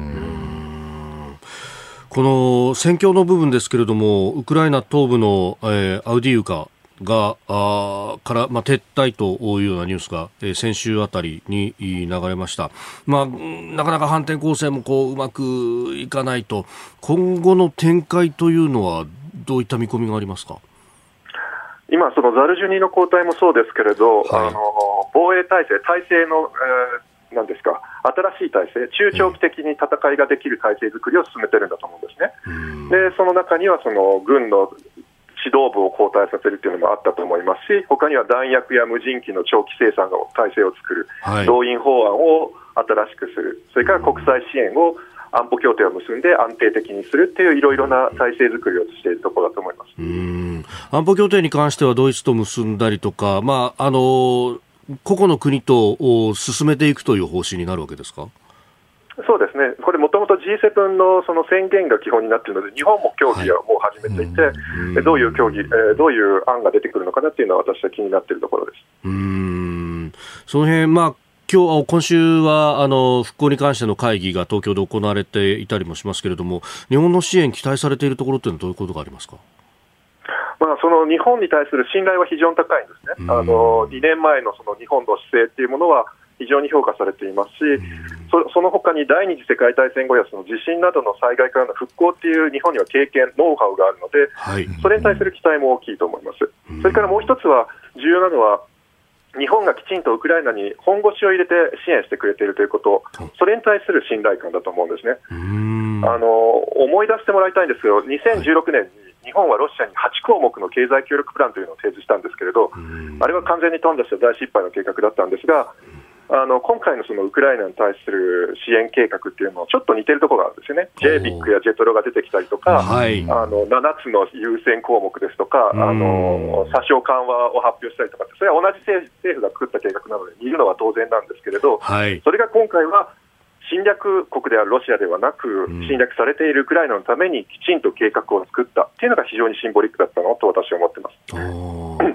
この戦況の部分ですけれども、ウクライナ東部の、アウディーウカがから、撤退というようなニュースが、先週あたりに流れました。なかなか反転攻勢もうまくいかないと、今後の展開というのはどういった見込みがありますか？ 今、ザルジュニの交代もそうですけれど、防衛体制の、なんですか、新しい体制、中長期的に戦いができる体制作りを進めてるんだと思うんですね。で、その中には軍の指導部を交代させるというのもあったと思いますし、他には弾薬や無人機の長期生産の体制を作る、動員法案を新しくする、それから国際支援を安保協定を結んで安定的にするっていういろいろな体制作りをしているところだと思います。 安保協定に関してはドイツと結んだりとか、個々の国と進めていくという方針になるわけですか？ そうですね、これもともと G7 のその宣言が基本になっているので、日本も協議はもう始めていて、どういう協議、どういう案が出てくるのかなっていうのは私は気になっているところです。 その辺、今週は復興に関しての会議が東京で行われていたりもしますけれども、日本の支援期待されているところというのはどういうことがありますか？ その日本に対する信頼は非常に高いんですね。2年前のその日本の姿勢というものは非常に評価されていますし、その他に第二次世界大戦後やその地震などの災害からの復興という日本には経験、ノウハウがあるので、それに対する期待も大きいと思います。それからもう一つは重要なのは、日本がきちんとウクライナに本腰を入れて支援してくれているということ、それに対する信頼感だと思うんですね。思い出してもらいたいんですけど、2016年に日本はロシアに8項目の経済協力プランというのを提示したんですけれど、あれは完全に頓挫した大失敗の計画だったんですが、今回のそのウクライナに対する支援計画っていうのはちょっと似てるところがあるんですよね。JBIC やジェトロが出てきたりとか、7つの優先項目ですとか、査証緩和を発表したりとか、それは同じ政府が作った計画なので似るのは当然なんですけれど、それが今回は侵略国であるロシアではなく、侵略されているウクライナのためにきちんと計画を作ったというのが非常にシンボリックだったのと私は思っています。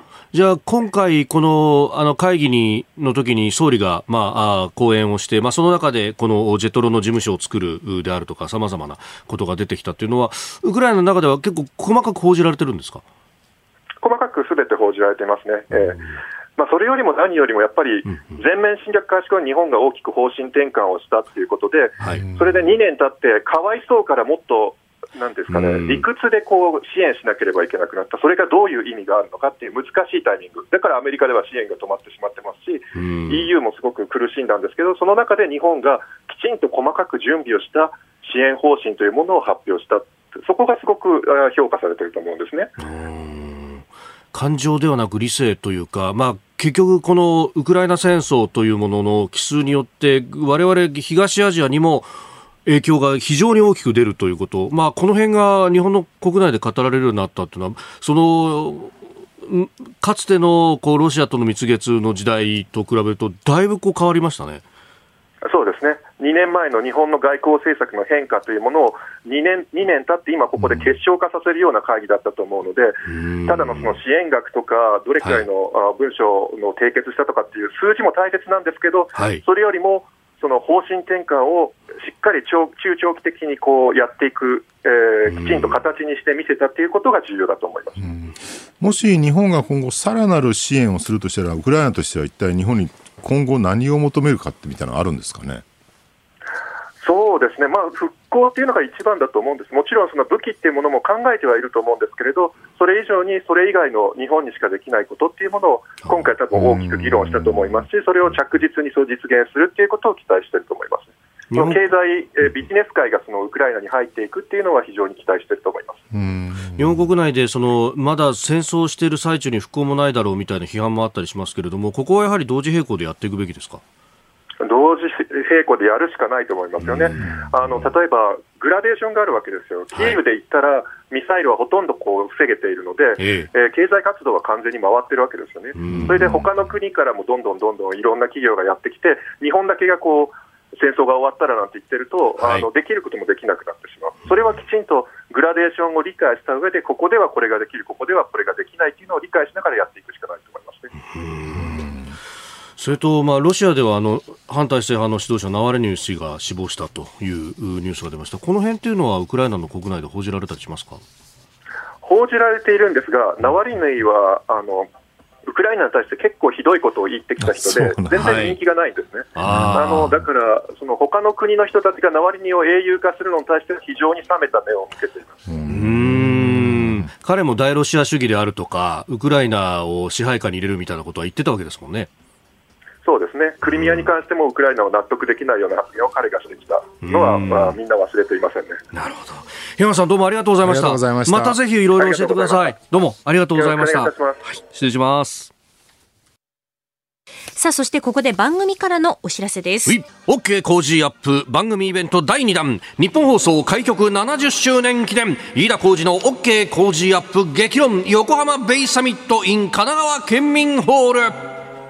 じゃあ今回この会議の時に総理が講演をして、その中でこのジェトロの事務所を作るであるとか様々なことが出てきたというのは、ウクライナの中では結構細かく報じられてるんですか？ 細かくすべて報じられていますね。それよりも何よりもやっぱり全面侵略開始後に日本が大きく方針転換をしたということで、それで2年経ってかわいそうからもっとなんですかね、理屈で支援しなければいけなくなった。それがどういう意味があるのかっていう難しいタイミングだから、アメリカでは支援が止まってしまってますし、EU もすごく苦しんだんですけど、その中で日本がきちんと細かく準備をした支援方針というものを発表した。そこがすごく評価されていると思うんですね。 感情ではなく理性というか、結局このウクライナ戦争というものの帰趨によって我々東アジアにも影響が非常に大きく出るということ、この辺が日本の国内で語られるようになったというのは、かつてのロシアとの蜜月の時代と比べるとだいぶ変わりましたね。 そうですね。2年前の日本の外交政策の変化というものを2年経って今ここで結晶化させるような会議だったと思うので、ただのその支援額とかどれくらいの文書の締結したとかっていう数字も大切なんですけど、それよりもその方針転換をしっかり中長期的にやっていく、きちんと形にして見せたということが重要だと思います。 もし日本が今後さらなる支援をするとしたら、ウクライナとしては一体日本に今後何を求めるかってみたいなのあるんですかね。 そうですね、復興というのが一番だと思うんです。もちろんその武器っていうものも考えてはいると思うんですけれど、それ以上にそれ以外の日本にしかできないことっていうものを今回多分大きく議論したと思いますし、それを着実に実現するっていうことを期待していると思います。経済、ビジネス界がそのウクライナに入っていくっていうのは非常に期待していると思います。 日本国内でまだ戦争している最中に復興もないだろうみたいな批判もあったりしますけれども、ここはやはり同時並行でやっていくべきですか？ 同時並行でやるしかないと思いますよね。例えばグラデーションがあるわけですよ。キーウで言ったらミサイルはほとんどこう防げているので、経済活動は完全に回ってるわけですよね。それで他の国からもどんどんいろんな企業がやってきて、日本だけがこう戦争が終わったらなんて言ってると、できることもできなくなってしまう。それはきちんとグラデーションを理解した上で、ここではこれができる、ここではこれができないというのを理解しながらやっていくしかないと思いますね。 それと、ロシアでは反体制派の指導者ナワリヌイ氏が死亡したというニュースが出ました。この辺というのはウクライナの国内で報じられたりしますか？ 報じられているんですが、ナワリヌイはウクライナに対して結構ひどいことを言ってきた人で、全然人気がないんですね。だからその他の国の人たちがナワリヌイを英雄化するのに対しては非常に冷めた目を向けています。 彼も大ロシア主義であるとか、ウクライナを支配下に入れるみたいなことは言ってたわけですもんね。 そうですね。クリミアに関してもウクライナを納得できないような発言を彼がしてきたのは、みんな忘れていませんね。 なるほど。檜山さん、どうもありがとうございました。またぜひいろいろ教えてください。どうもありがとうございました。失礼します。 さあ、そしてここで番組からのお知らせです。 OK 工事アップ番組イベント第2弾、日本放送開局70周年記念、飯田浩司の OK 工事アップ激論横浜ベイサミット in 神奈川県民ホール。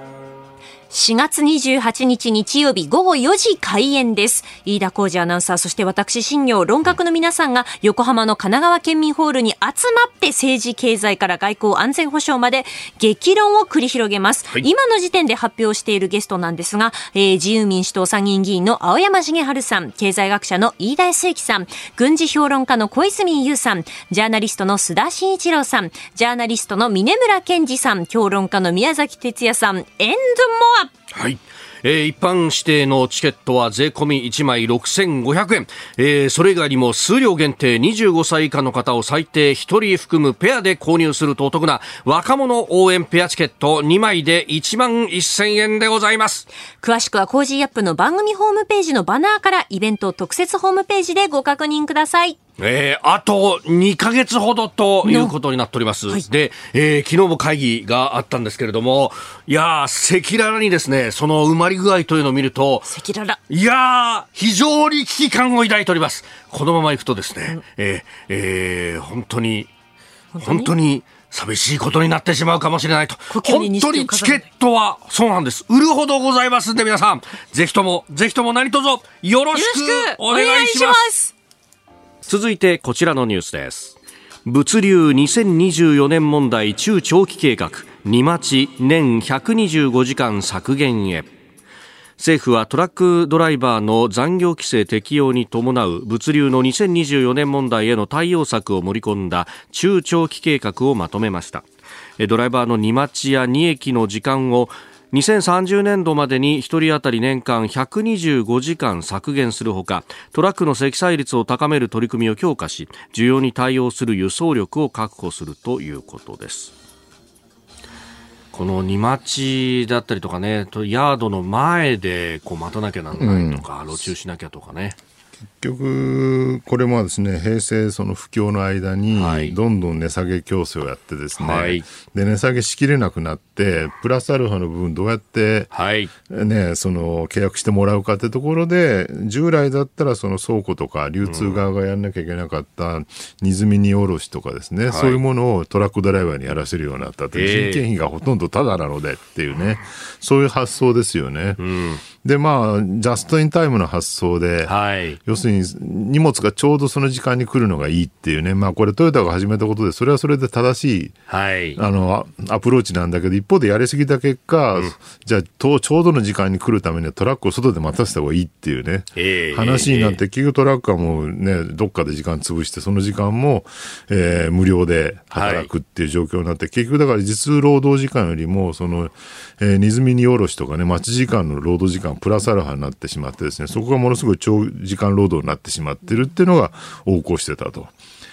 4月28日日曜日午後4時開演です。飯田浩司アナウンサー、そして私新業論客の皆さんが横浜の神奈川県民ホールに集まって政治経済から外交安全保障まで激論を繰り広げます。今の時点で発表しているゲストなんですが、自由民主党参議院議員の青山茂春さん、経済学者の飯田康之さん、軍事評論家の小泉悠さん、ジャーナリストの須田慎一郎さん、ジャーナリストの峰村健二さん、評論家の宮崎哲也さん、エンドモア。 はい。一般指定のチケットは税込み1枚6500円、それ以外にも数量限定25歳以下の方を最低1人含むペアで購入するとお得な若者応援ペアチケット2枚で1万1000円でございます。 詳しくはコージーアップの番組ホームページのバナーからイベント特設ホームページでご確認ください。 あと2ヶ月ほどということになっております。で、昨日も会議があったんですけれども、いやー、赤裸々にですね、その埋まり具合というのを見ると、 赤裸々。 いやー、非常に危機感を抱いております。このままいくとですね、本当に寂しいことになってしまうかもしれないと。本当にチケットはそうなんです。売るほどございますんで、皆さんぜひとも何卒よろしくお願いします。続いてこちらのニュースです。物流2024年問題中長期計画、荷待ち年125時間削減へ。政府はトラックドライバーの残業規制適用に伴う物流の2024年問題への対応策を盛り込んだ中長期計画をまとめました。ドライバーの荷待ちや荷役の時間を2030年度までに1人当たり年間125時間削減するほか、トラックの積載率を高める取り組みを強化し、需要に対応する輸送力を確保するということです。この荷待ちだったりとかね、ヤードの前で待たなきゃならないとか、路駐しなきゃとかね。 結局これもですね、平成その不況の間にどんどん値下げ競争をやってですね、で値下げしきれなくなって、プラスアルファの部分どうやってね、その契約してもらうかってところで、従来だったらその倉庫とか流通側がやらなきゃいけなかった荷積み荷下ろしとかですね、そういうものをトラックドライバーにやらせるようになったって、人件費がほとんどタダなのでっていうね、そういう発想ですよね。でジャストインタイムの発想で、要するに荷物がちょうどその時間に来るのがいいっていうね、これトヨタが始めたことで、それはそれで正しい、アプローチなんだけど、一方でやりすぎた結果、じゃあちょうどの時間に来るためにはトラックを外で待たせた方がいいっていうね、話になって、結局トラックはもうね、どっかで時間潰して、その時間も、無料で働くっていう状況になって、結局だから実労働時間よりもその、荷積み荷下ろしとかね、待ち時間の労働時間プラスアルファになってしまってですね、そこがものすごい長時間労働になってしまってるっていうのが横行してたと。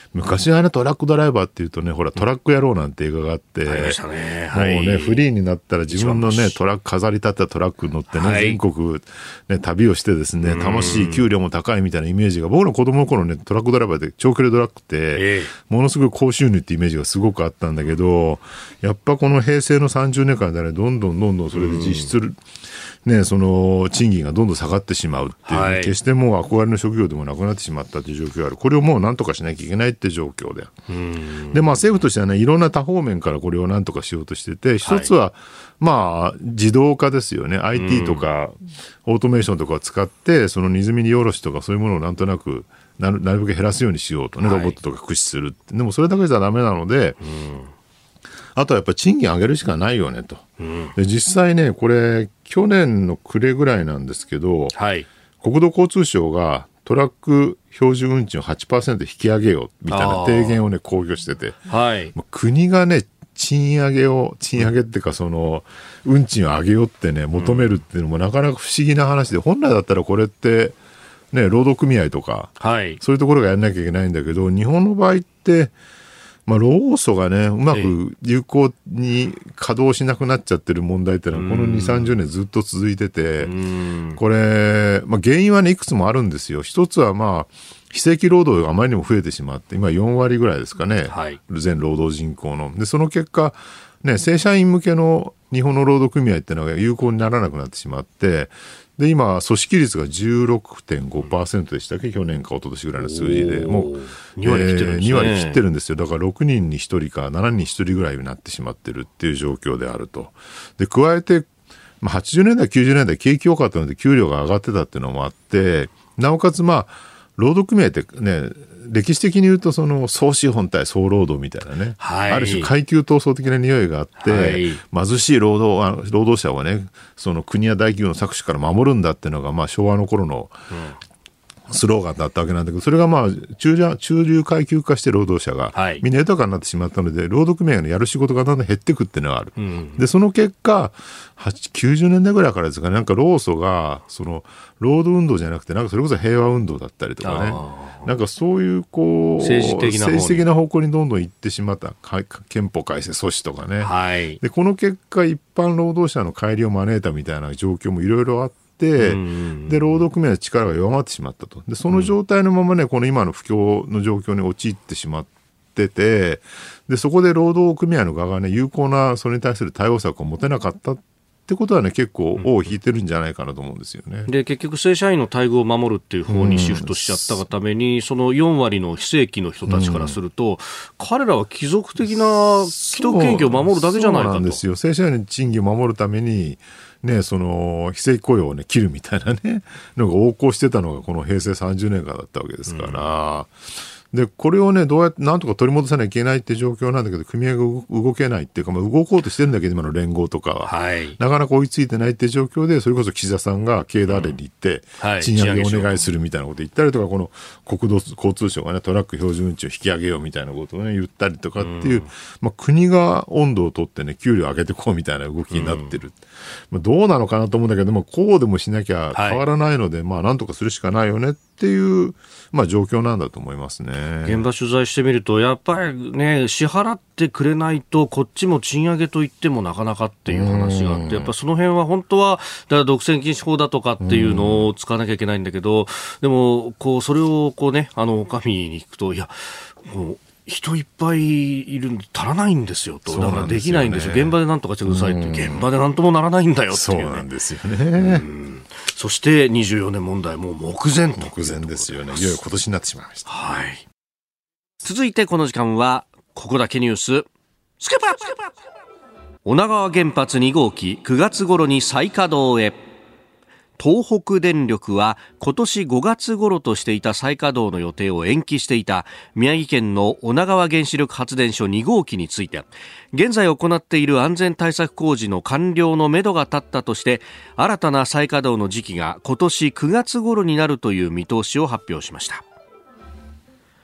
昔はね、トラックドライバーっていうとね、ほら、トラック野郎なんて映画があって、 ありましたね。 もうね、フリーになったら自分のね、トラック、飾り立てたトラックに乗ってね、全国、ね、旅をしてですね、楽しい、給料も高いみたいなイメージが、僕の子供の頃ね、トラックドライバーで長距離トラックって、ものすごい高収入ってイメージがすごくあったんだけど、やっぱこの平成の30年間でね、どんどんそれで実質、ね、その賃金がどんどん下がってしまうっていう、決してもう憧れの職業でもなくなってしまったという状況がある。これをもう何とかしなきゃいけないっていう状況で。で、まあ政府としてはね、いろんな多方面からこれを何とかしようとしてて、一つは、まあ自動化ですよね。IT とかオートメーションとかを使って、その荷積み荷下ろしとかそういうものをなんとなくなるべく減らすようにしようとね、ロボットとか駆使するって。でもそれだけじゃダメなので、あとはやっぱり賃金上げるしかないよねと。で実際ね、これ、去年の暮れぐらいなんですけど、国土交通省がトラック標準運賃を 8% 引き上げようみたいな提言をね、公表してて、国がね、賃上げっていうか、その、運賃を上げようってね、求めるっていうのもなかなか不思議な話で、本来だったらこれって、ね、労働組合とか、そういうところがやらなきゃいけないんだけど、日本の場合って、まあ、労組がね、うまく有効に稼働しなくなっちゃってる問題っていうのは、この2、30年ずっと続いてて、これ、まあ、原因はね、いくつもあるんですよ。一つは、まあ、非正規労働があまりにも増えてしまって、今4割ぐらいですかね、全労働人口の。で、その結果、ね、正社員向けの日本の労働組合っていうのが有効にならなくなってしまって、で、今、組織率が 16.5% でしたっけ、去年か一昨年ぐらいの数字で、もう、2割切ってるんですね。2割切ってるんですよ。だから6人に1人か7人に1人ぐらいになってしまってるっていう状況であると。で、加えて、まあ、80年代、90年代、景気良かったので給料が上がってたっていうのもあって、なおかつ、まあ、労働組合ってね、歴史的に言うと、その総資本対総労働みたいなね、ある種階級闘争的な匂いがあって、貧しい労働者をね、その国や大企業の搾取から守るんだっていうのが、まあ昭和の頃のスローガンだったわけなんだけど、それがまあ中流階級化して労働者がみんな豊かになってしまったので、労働組合のやる仕事がだんだん減ってくっていうのがある。で、その結果、90年代ぐらいからですかね、なんか労組が、その、労働運動じゃなくて、なんかそれこそ平和運動だったりとかね、なんかそういうこう、政治的な方向にどんどん行ってしまった、憲法改正阻止とかね。で、この結果、一般労働者の帰りを招いたみたいな状況もいろいろあって、で、労働組合の力が弱まってしまったと。で、その状態のままね、この今の不況の状況に陥ってしまってて、で、そこで労働組合の側がね、有効なそれに対する対応策を持てなかったってことはね、結構尾を引いてるんじゃないかなと思うんですよね。 で、結局正社員の待遇を守るっていう方にシフトしちゃったがために、その4割の非正規の人たちからすると、彼らは貴族的な既得権益を守るだけじゃないかと。 そうなんですよ。正社員の賃金を守るために、ね、その非正規雇用をね、切るみたいなね、のが横行してたのがこの平成30年間だったわけですから、で、これをね、どうやってなんとか取り戻さなきゃいけないっていう状況なんだけど、組合が動けないっていうか、まあ、動こうとしてるんだけど、今の連合とかは、なかなか追いついてないっていう状況で、それこそ岸田さんが経団連に行って、賃上げお願いするみたいなこと言ったりとか、この国土交通省がね、トラック標準運賃を引き上げようみたいなことをね、言ったりとかっていう、まあ、国が温度を取ってね、給料上げてこうみたいな動きになってる。まあ、どうなのかなと思うんだけども、こうでもしなきゃ変わらないので、まあ、なんとかするしかないよねっていう、まあ、状況なんだと思いますね。 現場取材してみると、やっぱりね、支払ってくれないと、こっちも賃上げと言ってもなかなかっていう話があって、やっぱその辺は本当は、だから独占禁止法だとかっていうのを使わなきゃいけないんだけど、でも、こう、それをこうね、お上に行くと、いや、もう、人いっぱいいるんで足らないんですよと。だからできないんですよ。現場で何とかしてくださいって。現場で何ともならないんだよっていう、ね。 そうなんですよね。 そして24年問題も目前と。 目前ですよね。いよいよ今年になってしまいました。 はい。続いてこの時間は、ここだけニュース、スクープアップ。女川原発2号機9月頃に再稼働へ。東北電力は今年5月頃としていた再稼働の予定を延期していた宮城県の女川原子力発電所2号機について、現在行っている安全対策工事の完了のめどが立ったとして、新たな再稼働の時期が今年9月頃になるという見通しを発表しました。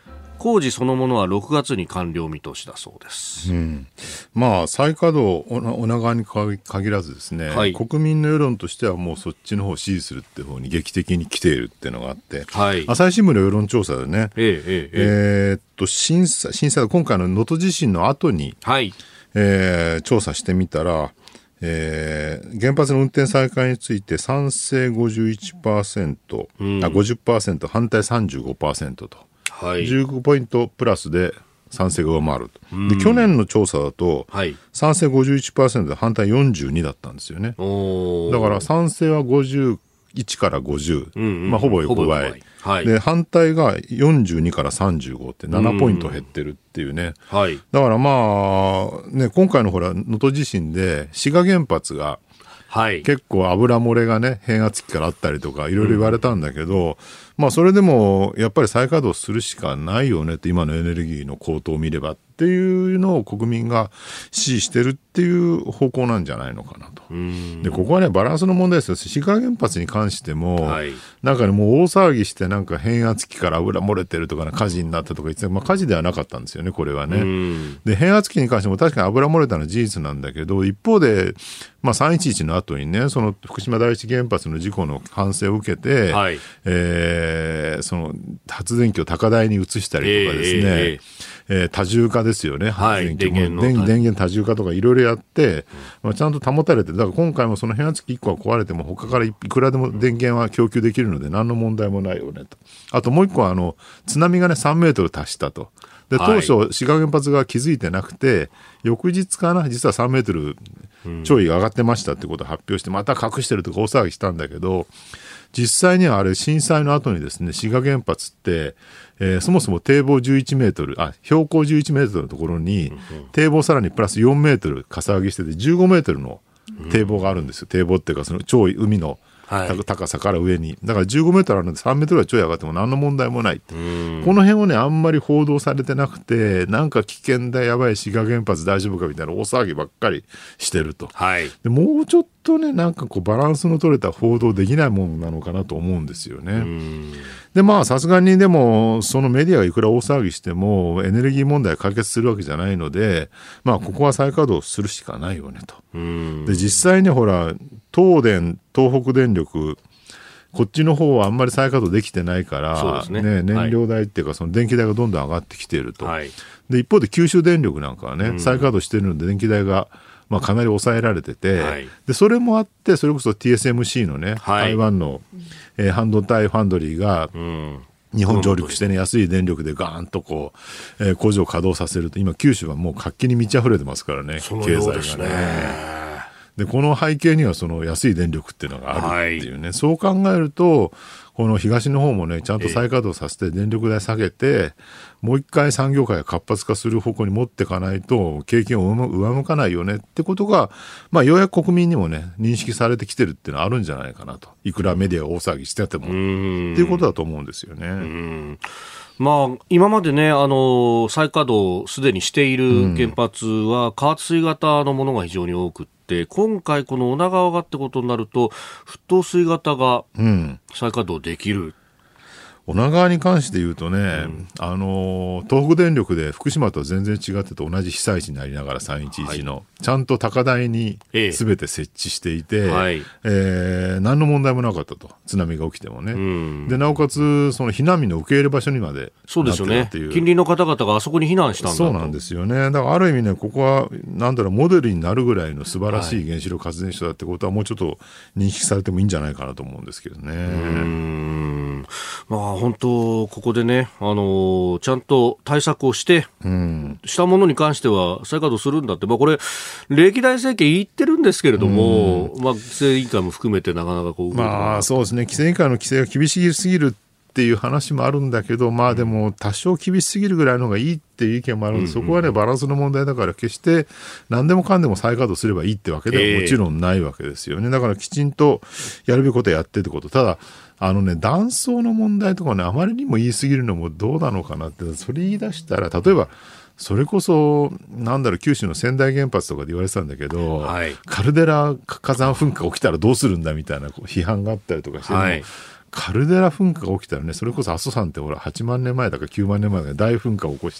工事そのものは6月に完了見通しだそうです。 まあ、再稼働、女川に限らずですね、はい、国民の世論としてはもうそっちの方を支持するっていう方に劇的に来ているっていうのがあって、はい、朝日新聞の世論調査でね、震災、今回の能登地震の後に、はい、調査してみたら、原発の運転再開について賛成 51%、50%、反対 35% と、はい、15ポイントプラスで賛成が上回ると。で、去年の調査だと、はい、賛成 51% で反対42だったんですよね。だから賛成は51から50、まあ、ほぼ横ばい。はい、で反対が42から35って7ポイント減ってるっていうね、はい、だからまあね、今回のほら能登地震で志賀原発が結構油漏れがね、変圧器からあったりとかいろいろ言われたんだけど、まあそれでもやっぱり再稼働するしかないよねって、今のエネルギーの高騰を見ればっていうのを国民が支持してるっていう方向なんじゃないのかなと。で、ここはね、バランスの問題ですよ。志賀原発に関しても、はい、なんかね、もう大騒ぎしてなんか変圧器から油漏れてるとか、ね、火事になったとか言って、まあ火事ではなかったんですよね、これはね。で、変圧器に関しても確かに油漏れたのは事実なんだけど、一方で、まあ311の後にね、その福島第一原発の事故の反省を受けて、はい、その発電機を高台に移したりとかですね、多重化ですよね、はい、電源多重化とかいろいろやって、まあ、ちゃんと保たれて、だから今回もその変圧器1個が壊れても他からいくらでも電源は供給できるので何の問題もないよねと。あともう1個は津波がね3メートル達したと。で、当初志賀原発が気づいてなくて、翌日かな、実は3メートル潮位が上がってましたってことを発表して、また隠してるとか大騒ぎしたんだけど、実際にはあれ震災の後にですね、志賀原発って、そもそも堤防11メートル、標高11メートルのところに、堤防さらにプラス4メートルかさ上げしてて15メートルの堤防があるんですよ。堤防っていうかその潮位、海の高さから上に。だから15メートルあるので3メートルは潮位上がっても何の問題もない。この辺をね、あんまり報道されてなくて、なんか危険だ、やばい、志賀原発大丈夫かみたいな大騒ぎばっかりしてると。はい、でもうちょっとね、なんかこうバランスの取れた報道できないものなのかなと思うんですよね。で、まあさすがにでもそのメディアがいくら大騒ぎしてもエネルギー問題解決するわけじゃないので、まあここは再稼働するしかないよねと。で、実際にほら東電、東北電力、こっちの方はあんまり再稼働できてないから、ね、燃料代っていうかその電気代がどんどん上がってきていると。はい、で、一方で九州電力なんかはね、再稼働しているので電気代がまあかなり抑えられてて、はい、でそれもあってそれこそ TSMC のね、はい、台湾の、半導体ファンドリーが、日本上陸してね、安い電力でガーンとこう、工場を稼働させると、今九州はもう活気に満ち溢れてますからね、経済がね。で、この背景にはその安い電力っていうのがあるっていうね、はい、そう考えるとこの東の方もね、ちゃんと再稼働させて電力代下げて、もう一回産業界が活発化する方向に持っていかないと景気を上向かないよねってことが、まあようやく国民にもね認識されてきてるっていうのはあるんじゃないかなと。いくらメディアが大騒ぎしててもっていうことだと思うんですよね。 まあ、今までね、再稼働すでにしている原発は加圧水型のものが非常に多くって、今回この女川がってことになると沸騰水型が再稼働できる。 女川に関して言うとね、東北電力で福島とは全然違ってて、同じ被災地になりながら311の、はい、ちゃんと高台に全て設置していて、何の問題もなかったと。津波が起きてもね。で、なおかつその避難民の受け入れ場所にまでなってるっていう。そうですよね。 近隣の方々があそこに避難したんだと。 そうなんですよね。だからある意味ね、ここはなんだろう、モデルになるぐらいの素晴らしい原子力発電所だってことはもうちょっと認識されてもいいんじゃないかなと思うんですけどね。 まあ本当ここでね、ちゃんと対策をして、したものに関しては再稼働するんだって、まあ、これ歴代政権言ってるんですけれども、まあ、規制委員会も含めてなかなかこう、 まあそうですね、規制委員会の規制が厳しすぎるっていう話もあるんだけど、まあでも多少厳しすぎるぐらいの方がいいっていう意見もあるので、そこはねバランスの問題だから、決して何でもかんでも再稼働すればいいってわけではもちろんないわけですよね。だからきちんとやるべきことをやってってこと。ただ断層の問題とかね、あまりにも言い過ぎるのもどうなのかなって、それ言い出したら、例えばそれこそなんだろう、九州の川内原発とかで言われてたんだけど、はい、カルデラ火山噴火起きたらどうするんだみたいな批判があったりとかして、はい、 カルデラ噴火が起きたらね、それこそ阿蘇山ってほら8万年前だか9万年前だか大噴火を起こして、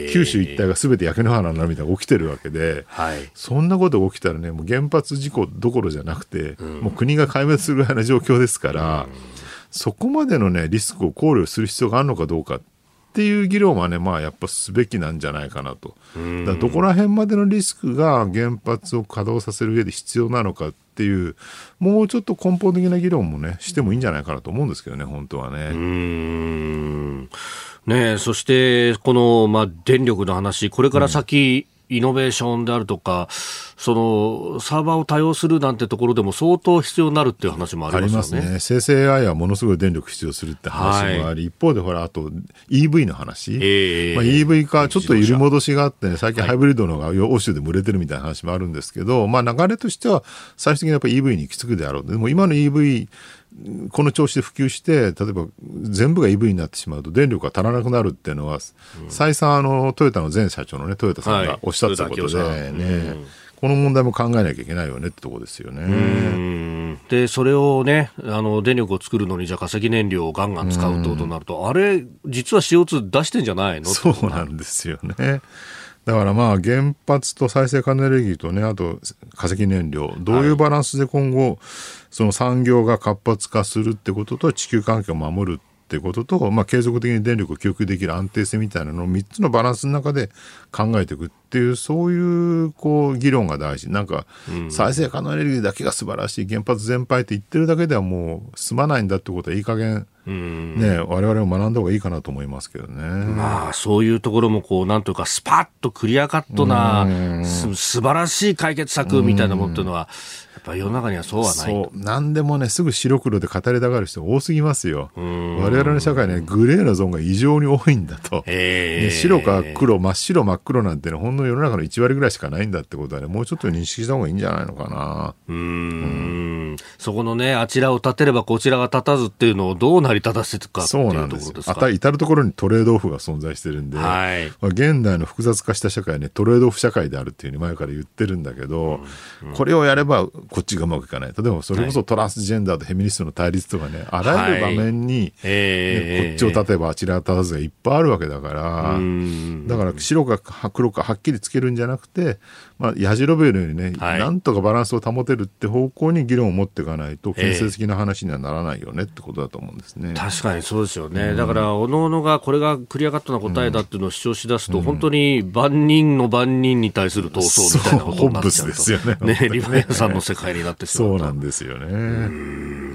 九州一帯が全て焼け野原になるみたいなのが起きてるわけで、そんなことが起きたらね、もう原発事故どころじゃなくて、もう国が壊滅するぐらいの状況ですから、そこまでのねリスクを考慮する必要があるのかどうかっていう議論はね、やっぱすべきなんじゃないかなと。だからどこら辺までのリスクが原発を稼働させる上で必要なのかっていう、もうちょっと根本的な議論もねしてもいいんじゃないかなと思うんですけどね、本当はね。 ねえ、そしてこの、電力の話、これから先、イノベーションであるとか、そのサーバーを多用するなんてところでも相当必要になるっていう話もありますよね。 生成 AI はものすごい電力必要するって話もあり、一方でほらあと EV の話、EV 化ちょっと揺り戻しがあってね、最近ハイブリッドのが欧州でも売れてるみたいな話もあるんですけど、流れとしては最終的にやっぱり EV に行き着くであろう。でも今の EVこの調子で普及して、例えば全部が EV になってしまうと電力が足らなくなるっていうのは、再三トヨタの前社長のね、トヨタさんがおっしゃったことでね、この問題も考えなきゃいけないよねってところですよね。 でそれをね、電力を作るのにじゃあ化石燃料をガンガン使うってことになると、あれ実は CO2 出してんじゃないの？ そうなんですよね。だから原発と再生可能エネルギーとね、あと化石燃料、どういうバランスで今後その産業が活発化するってことと地球環境を守るってことと、継続的に電力を供給できる安定性みたいなのを3つのバランスの中で考えていくっていう、そういう議論が大事。再生可能エネルギーだけが素晴らしい、原発全廃って言ってるだけではもう済まないんだってことはいい加減ね、我々も学んだ方がいいかなと思いますけどね。 そういうところもなんというかスパッとクリアカットな素晴らしい解決策みたいなものっていうのはやっぱり世の中にはそうはない。そう、 何でもねすぐ白黒で語りたがる人多すぎますよ。我々の社会ね、グレーなゾーンが異常に多いんだと、白か黒、真っ白真っ黒なんてね、ほんの世の中の1割ぐらいしかないんだってことはね、もうちょっと認識した方がいいんじゃないのかな。 そこのね、あちらを立てればこちらが立たずっていうのをどう成り立たせるかっていうところですか。 至るところにトレードオフが存在してるんで、現代の複雑化した社会ね、トレードオフ社会であるっていうふうに前から言ってるんだけど、これをやればこっちがうまくいかない。例えばそれこそトランスジェンダーとフェミニストの対立とかね、あらゆる場面に、こっちを立てばあちらを立たずがいっぱいあるわけだから、だから白か黒かはっきりつけるんじゃなくて、やじろべるようにね、なんとかバランスを保てるって方向に議論を持っていかないと建設的な話にはならないよねってことだと思うんですね。 確かにそうですよね。だから各々がこれがクリアカットな答えだっていうのを主張し出すと、本当に万人の万人に対する闘争みたいなことになっちゃうと、 そうホッブスですよね。 リヴァイアさんの世界になってしまうと。 そうなんですよね。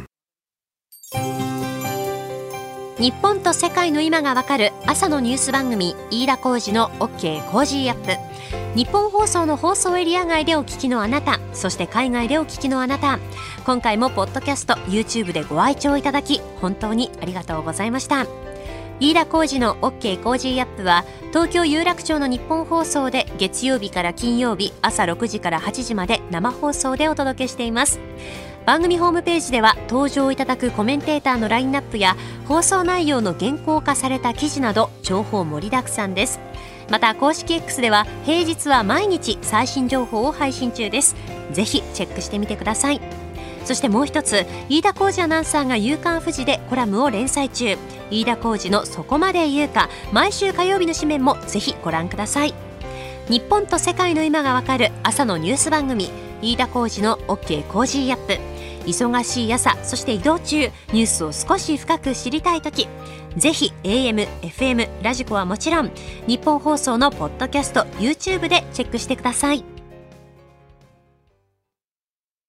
日本と世界の今がわかる朝のニュース番組、飯田浩司の OK コージーアップ。日本放送の放送エリア外でお聞きのあなた、そして海外でお聞きのあなた、今回もポッドキャスト YouTube でご愛聴いただき本当にありがとうございました。飯田浩司の OK コージーアップは東京有楽町の日本放送で月曜日から金曜日朝6時から8時まで生放送でお届けしています。番組ホームページでは登場いただくコメンテーターのラインナップや放送内容の原稿化された記事など情報盛りだくさんです。また公式 X では平日は毎日最新情報を配信中です。ぜひチェックしてみてください。そしてもう一つ、飯田浩司アナウンサーが夕刊フジでコラムを連載中、飯田浩司のそこまで言うか、毎週火曜日の紙面もぜひご覧ください。日本と世界の今がわかる朝のニュース番組、飯田浩司の OK コージーアップ。忙しい朝、そして移動中、ニュースを少し深く知りたいとき、ぜひ AM、FM、ラジコはもちろん日本放送のポッドキャスト、YouTube でチェックしてください。